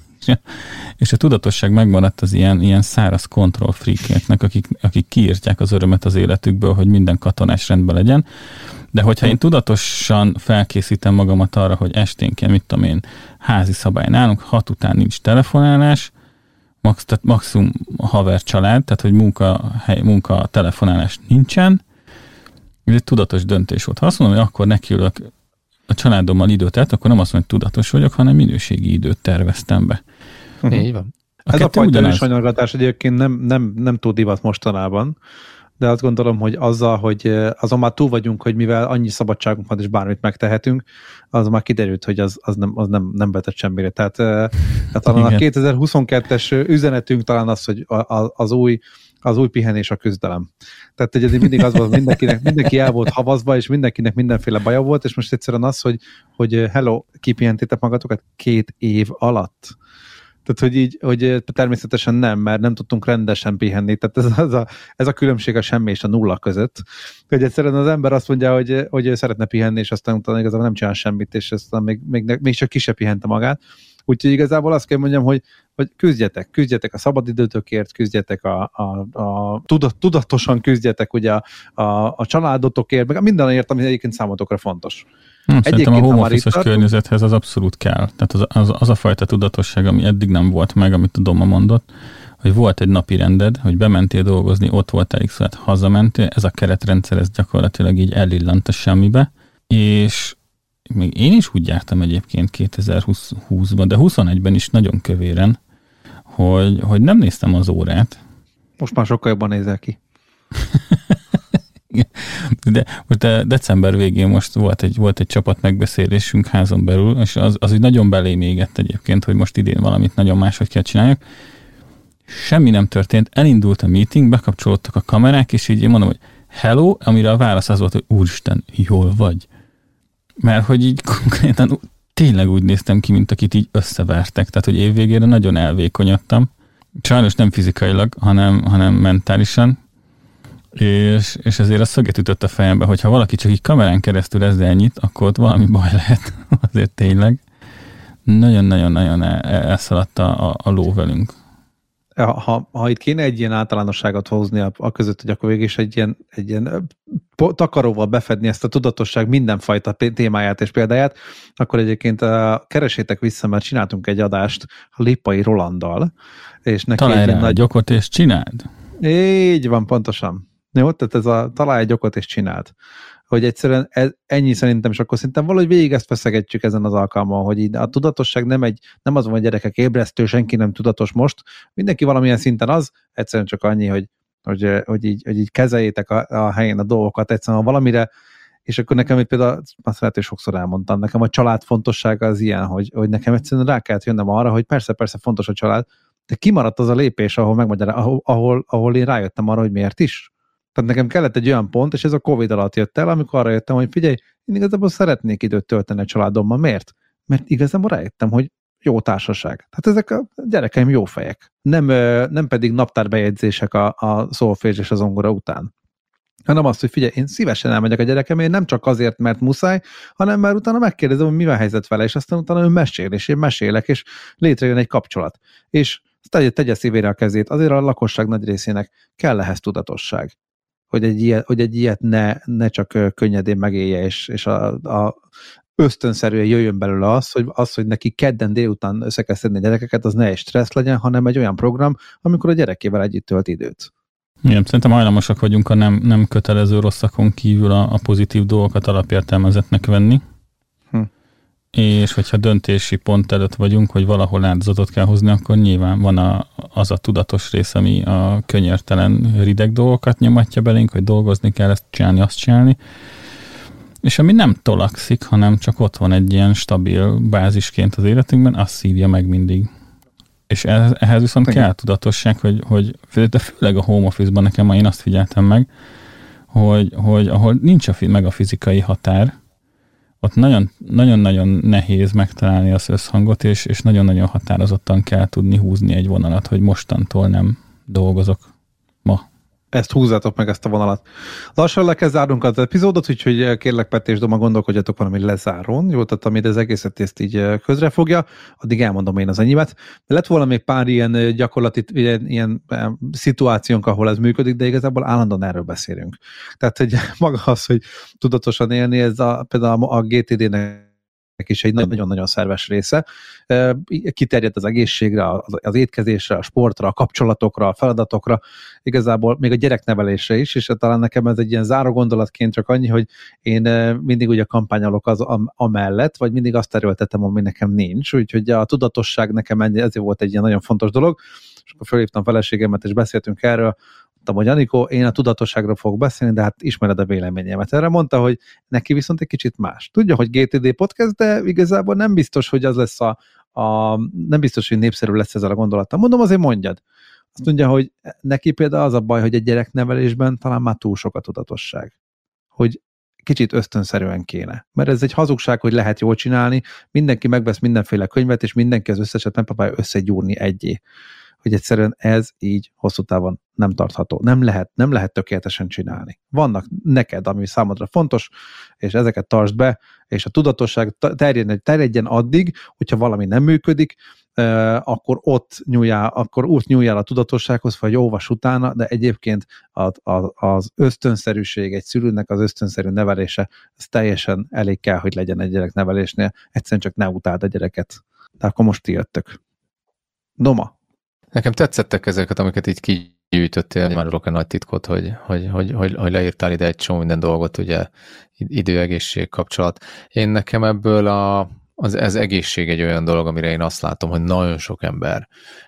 B: és a tudatosság megmaradt az ilyen, ilyen száraz control freakeknek, akik, akik kiírtják az örömet az életükből, hogy minden katonás rendben legyen. De hogyha én tudatosan felkészítem magamat arra, hogy esténként, mit tudom én, házi szabály nálunk, hat után nincs telefonálás, max, tehát maximum haver család, tehát hogy munka, hely, munka telefonálás nincsen, ez egy tudatos döntés volt. Ha azt mondom, hogy akkor nekiülök a családommal időt el, akkor nem azt mondom, hogy tudatos vagyok, hanem minőségi időt terveztem be.
G: Uh-huh. Így van.
F: A Ez a fajta ősanyargatás egyébként nem, nem, nem túl divat mostanában, de azt gondolom, hogy azzal, hogy azon már túl vagyunk, hogy mivel annyi szabadságunk van, és bármit megtehetünk, az már kiderült, hogy az, az, nem, az nem, nem vetett semmire. Tehát, tehát talán a kétezer-huszonkettes üzenetünk talán az, hogy az új, az új pihenés a küzdelem. Tehát hogy ez mindig az volt, mindenkinek, mindenki el volt havazva, és mindenkinek mindenféle baja volt, és most egyszerűen az, hogy, hogy hello, kipihentétek magatokat két év alatt. Tehát, hogy így, hogy természetesen nem, mert nem tudtunk rendesen pihenni. Tehát ez, ez, a, ez a különbség a semmi és a nulla között. Hogy egyszerűen az ember azt mondja, hogy, hogy szeretne pihenni, és aztán utána igazából nem csinál semmit, és aztán még, még, még csak ki se pihente magát. Úgyhogy igazából azt kell mondjam, hogy, hogy küzdjetek, küzdjetek a szabadidőtökért, küzdjetek a, a, a tudat, tudatosan küzdjetek ugye a, a, a családotokért, meg mindenért, ami egyébként számotokra fontos.
B: Hm, szerintem a home office-os környezethez az abszolút kell. Tehát az, az, az a fajta tudatosság, ami eddig nem volt meg, amit a Doma mondott, hogy volt egy napi rended, hogy bementél dolgozni, ott voltál x szóval hazamentél, ez a keretrendszer, ez gyakorlatilag így elillant a semmibe, és még én is úgy jártam egyébként kétezer-húszban, de huszonegyben is nagyon kövéren, hogy, hogy nem néztem az órát.
F: Most már sokkal jobban nézel ki.
B: De most december végén most volt egy, volt egy csapat megbeszélésünk házon belül, és az, az úgy nagyon belém égett egyébként, hogy most idén valamit nagyon máshogy kell csináljak. Semmi nem történt, elindult a meeting, bekapcsolódtak a kamerák, és így én mondom, hogy hello, amire a válasz az volt, hogy úristen, jól vagy. Mert hogy így konkrétan tényleg úgy néztem ki, mint akit így összevertek, tehát hogy évvégére nagyon elvékonyodtam. Sajnos nem fizikailag, hanem, hanem mentálisan, És, és ezért a szöget ütött a fejembe, hogy ha valaki csak így kamerán keresztül ezzel ennyit, akkor ott valami baj lehet, azért tényleg. Nagyon-nagyon-nagyon el, elszaladt a, a, a ló velünk.
F: Ha, ha itt kéne egy ilyen általánosságot hozni a, a között, hogy akkor végig is egy ilyen, egy ilyen takaróval befedni ezt a tudatosság mindenfajta témáját és példáját, akkor egyébként uh, keresétek vissza, mert csináltunk egy adást a Lippai Rolanddal. És neki
B: találj rá
F: nagy...
B: egy okot és csináld.
F: Így van, pontosan. Jó, tehát ez a találj egy okot és csináld. Hogy egyszerűen ez, ennyi szerintem, és akkor szerintem valahogy végig ezt feszegetjük ezen az alkalmon, hogy így a tudatosság nem egy, nem az van, hogy gyerekek ébresztő, senki nem tudatos most, mindenki valamilyen szinten az, egyszerűen csak annyi, hogy, hogy, hogy, így, hogy így kezeljétek a, a helyén a dolgokat, egyszerűen valamire, és akkor nekem itt például, azt lehet, hogy sokszor elmondtam, nekem a család fontossága az ilyen, hogy, hogy nekem egyszerűen rá kellett jönnöm arra, hogy persze, persze fontos a család, de kimaradt az a lépés, ahol megmagyarál, ahol, ahol, ahol én rájöttem arra, hogy miért is. Tehát nekem kellett egy olyan pont, és ez a Covid alatt jött el, amikor arra jöttem, hogy figyelj, én igazából szeretnék időt tölteni a családommal. Miért? Mert igazából rájöttem, hogy jó társaság. Tehát ezek a gyerekeim jó fejek. Nem, nem pedig naptárbejegyzések a, a szólfés és az zongora után. Hanem azt, hogy figyelj, én szívesen elmegyek a gyerekemért, nem csak azért, mert muszáj, hanem mert utána megkérdezem, hogy mi van helyzet vele, és aztán utána ő mesél, és én mesélek, és létrejön egy kapcsolat. És tegye, tegye szívére a kezét, azért a lakosság nagy részének kell ehhez tudatosság. Hogy egy ilyet, hogy egy ilyet ne, ne csak könnyedén megélje, és, és a, a ösztönszerűen jöjjön belőle az, hogy, az, hogy neki kedden délután össze kell szedni a gyerekeket, az ne egy stressz legyen, hanem egy olyan program, amikor a gyerekével együtt tölt időt.
B: Igen, szerintem hajlamosak vagyunk a nem, nem kötelező rosszakon kívül a, a pozitív dolgokat alapértelmezetnek venni. Hm. És hogyha döntési pont előtt vagyunk, hogy valahol áldozatot kell hozni, akkor nyilván van a, az a tudatos rész, ami a könyörtelen rideg dolgokat nyomatja belénk, hogy dolgozni kell, ezt csinálni, azt csinálni. És ami nem tolakszik, hanem csak ott van egy ilyen stabil bázisként az életünkben, azt szívja meg mindig. És ehhez viszont kell tudatosság, hogy, hogy de főleg a home office-ban nekem én azt figyeltem meg, hogy, hogy ahol nincs a, meg a fizikai határ, ott nagyon, nagyon-nagyon nehéz megtalálni az összhangot, és, és nagyon-nagyon határozottan kell tudni húzni egy vonalat, hogy mostantól nem dolgozok ma.
F: Ezt húzzátok meg, ezt a vonalat. Lassan le kell zárnunk az epizódot, úgyhogy kérlek Peti és Doma, gondolkodjatok valami lezárón. Jó, tehát amit az egészet ezt így közrefogja, addig elmondom én az enyémet. Lett volna még pár ilyen gyakorlati, ilyen, ilyen szituációnk, ahol ez működik, de igazából állandóan erről beszélünk. Tehát, hogy maga az, hogy tudatosan élni, ez a, például a gé té dé-nek is egy nagyon-nagyon szerves része. Kiterjed az egészségre, az étkezésre, a sportra, a kapcsolatokra, a feladatokra, igazából még a gyereknevelésre is, és talán nekem ez egy ilyen záró gondolatként csak annyi, hogy én mindig ugye kampányolok az amellett, vagy mindig azt erőltetem, ami nekem nincs, úgyhogy a tudatosság nekem ezért volt egy ilyen nagyon fontos dolog, és akkor felhívtam feleségemet, és beszéltünk erről, mondtam, hogy Anikó, én a tudatosságról fogok beszélni, de hát ismered a véleményemet. Erre mondta, hogy neki viszont egy kicsit más. Tudja, hogy gé té dé podcast, de igazából nem biztos, hogy az lesz a, a nem biztos, hogy népszerű lesz ezzel a gondolattal. Mondom, azért mondjad. Azt mondja, hogy neki például az a baj, hogy egy gyereknevelésben talán már túl sok a tudatosság. Hogy kicsit ösztönszerűen kéne. Mert ez egy hazugság, hogy lehet jól csinálni, mindenki megvesz mindenféle könyvet, és mindenki az összeset megpróbálja összegyúrni egyé. Hogy egyszerűen ez így hosszú távon nem tartható. Nem lehet, nem lehet tökéletesen csinálni. Vannak neked, ami számodra fontos, és ezeket tartsd be, és a tudatosság terjedjen, terjedjen addig, hogyha valami nem működik, akkor ott nyúljál, akkor úgy nyúljál a tudatossághoz, vagy olvas utána, de egyébként az, az ösztönszerűség, egy szülőnek az ösztönszerű nevelése, ez teljesen elég kell, hogy legyen egy gyereknevelésnél. Egyszerűen csak ne utáld a gyereket. De akkor most ti jöttök. Doma.
G: Nekem tetszettek ezeket, amiket így kigyűjtöttél, már a nagy titkot, hogy, hogy, hogy, hogy, hogy leírtál ide egy csomó minden dolgot, ugye idő-egészség kapcsolat. Én nekem ebből a, az, ez egészség egy olyan dolog, amire én azt látom, hogy nagyon sok ember,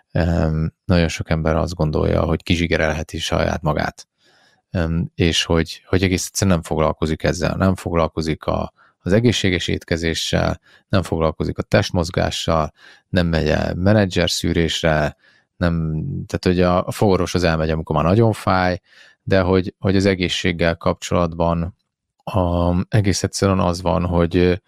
G: um, nagyon sok ember azt gondolja, hogy kizsigerelheti saját magát, um, és hogy, hogy egész egyszerűen nem foglalkozik ezzel, nem foglalkozik a az egészséges étkezéssel, nem foglalkozik a testmozgással, nem megy el menedzser szűrésre, nem, tehát hogy a, a fogorvos az elmegy, amikor már nagyon fáj, de hogy, hogy az egészséggel kapcsolatban a, egész egyszerűen az van, hogy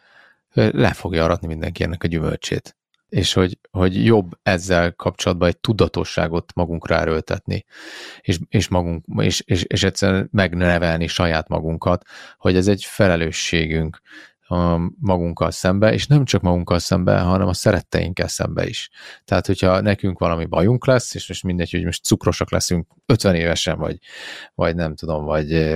G: le fogja aratni mindenki ennek a gyümölcsét. És hogy, hogy jobb ezzel kapcsolatban egy tudatosságot magunkra erőltetni, és, és, magunk, és, és, és egyszerűen megnevelni saját magunkat, hogy ez egy felelősségünk magunkkal szembe, és nem csak magunkkal szembe, hanem a szeretteinkkel szembe is. Tehát, hogyha nekünk valami bajunk lesz, és most mindegy, hogy most cukrosak leszünk ötven évesen, vagy, vagy nem tudom, vagy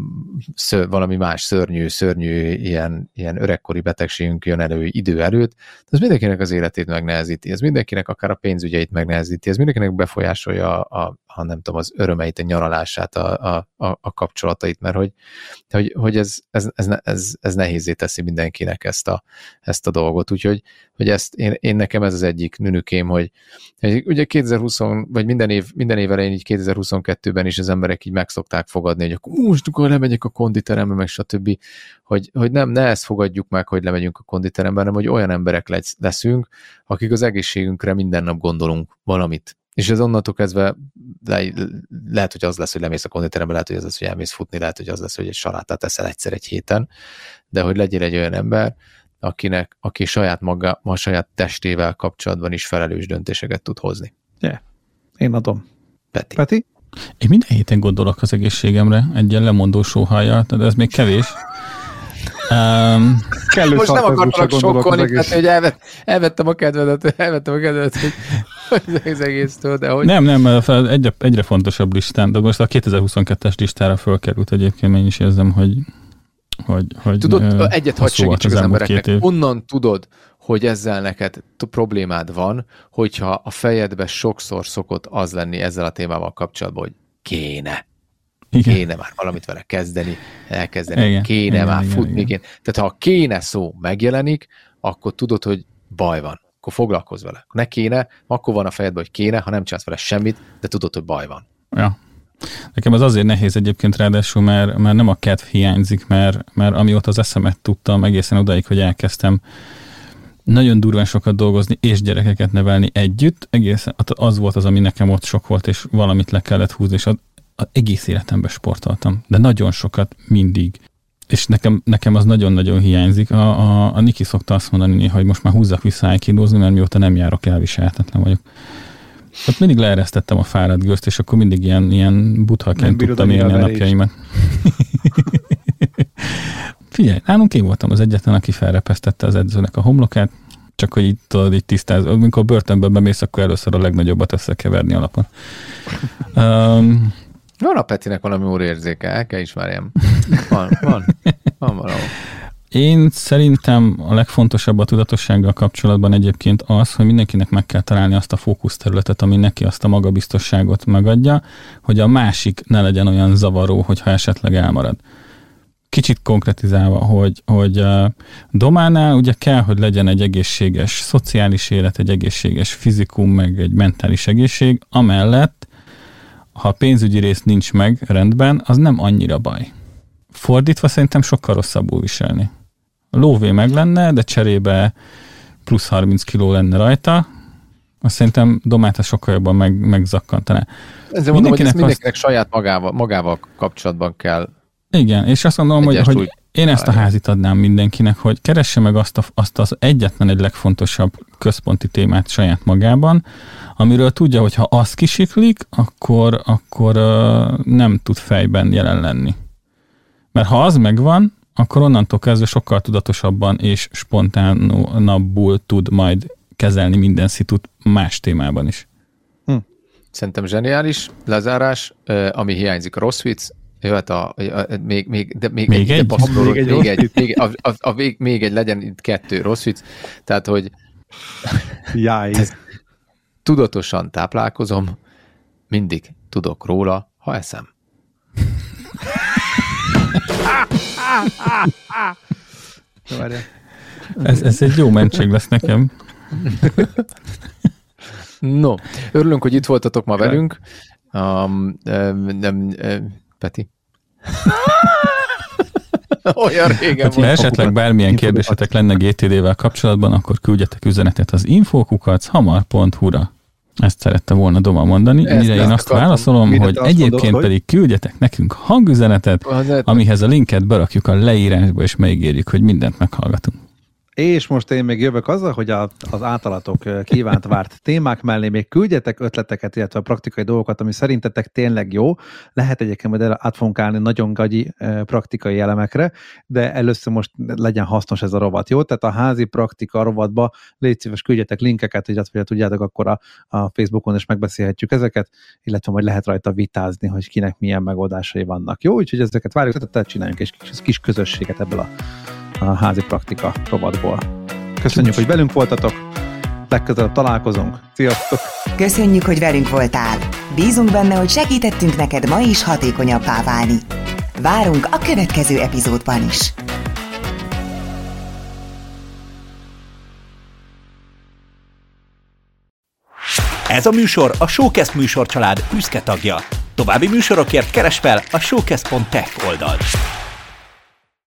G: ször, valami más szörnyű, szörnyű ilyen, ilyen öregkori betegségünk jön elő idő előtt, ez mindenkinek az életét megnehezíti, ez mindenkinek akár a pénzügyeit megnehezíti, ez mindenkinek befolyásolja a, a nem tudom, az örömeit, a nyaralását, a, a, a kapcsolatait, mert hogy, hogy, hogy ez, ez, ez, ez, ez nehézé teszi mindenkinek ezt a, ezt a dolgot, úgyhogy hogy ezt én, én nekem ez az egyik nünükém, hogy, hogy ugye kétezer-húsz, vagy minden év, minden év elején így kétezer-huszonkettőben is az emberek így meg szokták fogadni, hogy akkor most akkor lemegyek a konditerembe, meg stb., hogy, hogy nem, ne ezt fogadjuk meg, hogy lemegyünk a konditerembe, hanem hogy olyan emberek leszünk, akik az egészségünkre minden nap gondolunk valamit. És ez onnantól kezdve le, lehet, hogy az lesz, hogy lemész a konditerembe, lehet, hogy az lesz, hogy elmész futni, lehet, hogy az lesz, hogy egy salátát eszel egyszer egy héten, de hogy legyél egy olyan ember, akinek, aki saját maga, a saját testével kapcsolatban is felelős döntéseket tud hozni.
F: Yeah. Én adom.
G: Peti.
F: Peti?
B: Én minden héten gondolok az egészségemre, egy ilyen lemondó sóhajjal, de ez még kevés. Um,
G: Most nem akartalak sokkolni, tehát, hogy elvett, elvettem a kedvedet, elvettem a kedvedet, hogy az egésztől, de hogy...
B: Nem, nem, egyre, egyre fontosabb listán, de most a kétezer-huszonkettes listára fölkerült egyébként, én is érzem, hogy hogy, hogy
G: tudod, egyet hadd segítsük az, az embereknek. Onnan tudod, hogy ezzel neked problémád van, hogyha a fejedbe sokszor szokott az lenni ezzel a témával kapcsolatban, hogy kéne.
B: Igen.
G: Kéne már valamit vele kezdeni, elkezdeni,
B: Igen.
G: kéne
B: Igen,
G: már
B: igen,
G: futni.
B: igen.
G: Kéne. Tehát ha a kéne szó megjelenik, akkor tudod, hogy baj van. Akkor foglalkozz vele. Ne kéne, akkor van a fejedben, hogy kéne, ha nem csinálsz vele semmit, de tudod, hogy baj van.
B: Ja. Nekem az azért nehéz egyébként ráadásul, mert, mert nem a kedv hiányzik, mert, mert amióta az eszemet tudtam egészen odaig, hogy elkezdtem nagyon durván sokat dolgozni és gyerekeket nevelni együtt, egészen az volt az, ami nekem ott sok volt, és valamit le kellett húzni, és az, az egész életemben sportoltam, de nagyon sokat mindig. És nekem, nekem az nagyon-nagyon hiányzik. A, a, a Niki szokta azt mondani, hogy most már húzzak vissza ájkidózni, mert mióta nem járok, elviselhetetlen vagyok. Ott mindig leeresztettem a fáradt gőzt, és akkor mindig ilyen, ilyen buthaként tudtam élni a napjaimat. Figyelj, nálunk én voltam az egyetlen, aki felrepesztette az edzőnek a homlokát, csak hogy így tudod, így tisztáz. Amikor börtönbe bemész, akkor először a legnagyobbat összekeverni alapon. Um,
G: Van a Petinek valami úrérzéke, el kell ismerjem. Van, van, van valahol.
B: Én szerintem a legfontosabb a tudatossággal kapcsolatban egyébként az, hogy mindenkinek meg kell találni azt a fókuszterületet, ami neki azt a magabiztosságot megadja, hogy a másik ne legyen olyan zavaró, hogyha esetleg elmarad. Kicsit konkretizálva, hogy, hogy uh, Dománál ugye kell, hogy legyen egy egészséges szociális élet, egy egészséges fizikum, meg egy mentális egészség, amellett, ha a pénzügyi rész nincs meg rendben, az nem annyira baj. Fordítva szerintem sokkal rosszabbul viselni. A lóvé meg lenne, de cserébe plusz harminc kiló lenne rajta, azt szerintem Domát sokkal jobban meg, megzakkantaná.
G: Ezzel mondom, hogy ezt mindenkinek azt... saját magával, magával kapcsolatban kell.
B: Igen, és azt mondom, hogy, hogy én ezt a házit adnám mindenkinek, hogy keresse meg azt, a, azt az egyetlen egy legfontosabb központi témát saját magában, amiről tudja, hogy ha az kisiklik, akkor, akkor uh, nem tud fejben jelen lenni. Mert ha az megvan, akkor onnantól kezdve sokkal tudatosabban és spontánabbul tud majd kezelni minden szitut más témában is.
G: Hm. Szerintem zseniális lezárás, ami hiányzik a rossz vicc, jöhet a, a, a még, még, de még,
B: még egy,
G: egy,
B: passzoló,
G: még egy, még egy, még, a, a, a, még, még egy legyen itt kettő rossz vicc, tehát, hogy tudatosan táplálkozom, mindig tudok róla, ha eszem.
B: ez, ez egy jó mentség lesz nekem.
G: No, örülünk, hogy itt voltatok ma velünk. Um, um, um, um, Peti? Olyan régen
B: hát, ha esetleg bármilyen kérdésetek lenne gé té dé-vel kapcsolatban, akkor küldjetek üzenetet az infókukac hamar pont hu-ra. Ezt szerette volna Doma mondani, ezt mire én azt akartam. Válaszolom, mire hogy egyébként mondod, hogy... pedig küldjetek nekünk hangüzenetet, amihez a linket berakjuk a leírásba, és megígérjük, hogy mindent meghallgatunk.
F: És most én még jövök azzal, hogy a, az általatok kívánt várt témák mellé még küldjetek ötleteket, illetve a praktikai dolgokat, ami szerintetek tényleg jó. Lehet egyébként majd át fogunk állni nagyon gagyi praktikai elemekre, de először most legyen hasznos ez a rovat, jó? Tehát a házi praktika rovatba légy szíves, küldjetek linkeket, illetve tudjátok, akkor a, a Facebookon is megbeszélhetjük ezeket, illetve majd lehet rajta vitázni, hogy kinek milyen megoldásai vannak. Jó? Úgyhogy ezeket várjuk, tehát csináljunk egy kis, kis közösséget ebből a a házi praktika rovatból. Köszönjük, hogy velünk voltatok, legközelebb találkozunk. Sziasztok!
E: Köszönjük, hogy velünk voltál. Bízunk benne, hogy segítettünk neked ma is hatékonyabbá válni. Várunk a következő epizódban is.
A: Ez a műsor a Showcast műsorcsalád büszke tagja. További műsorokért keresd fel a showcast pont tech oldalt.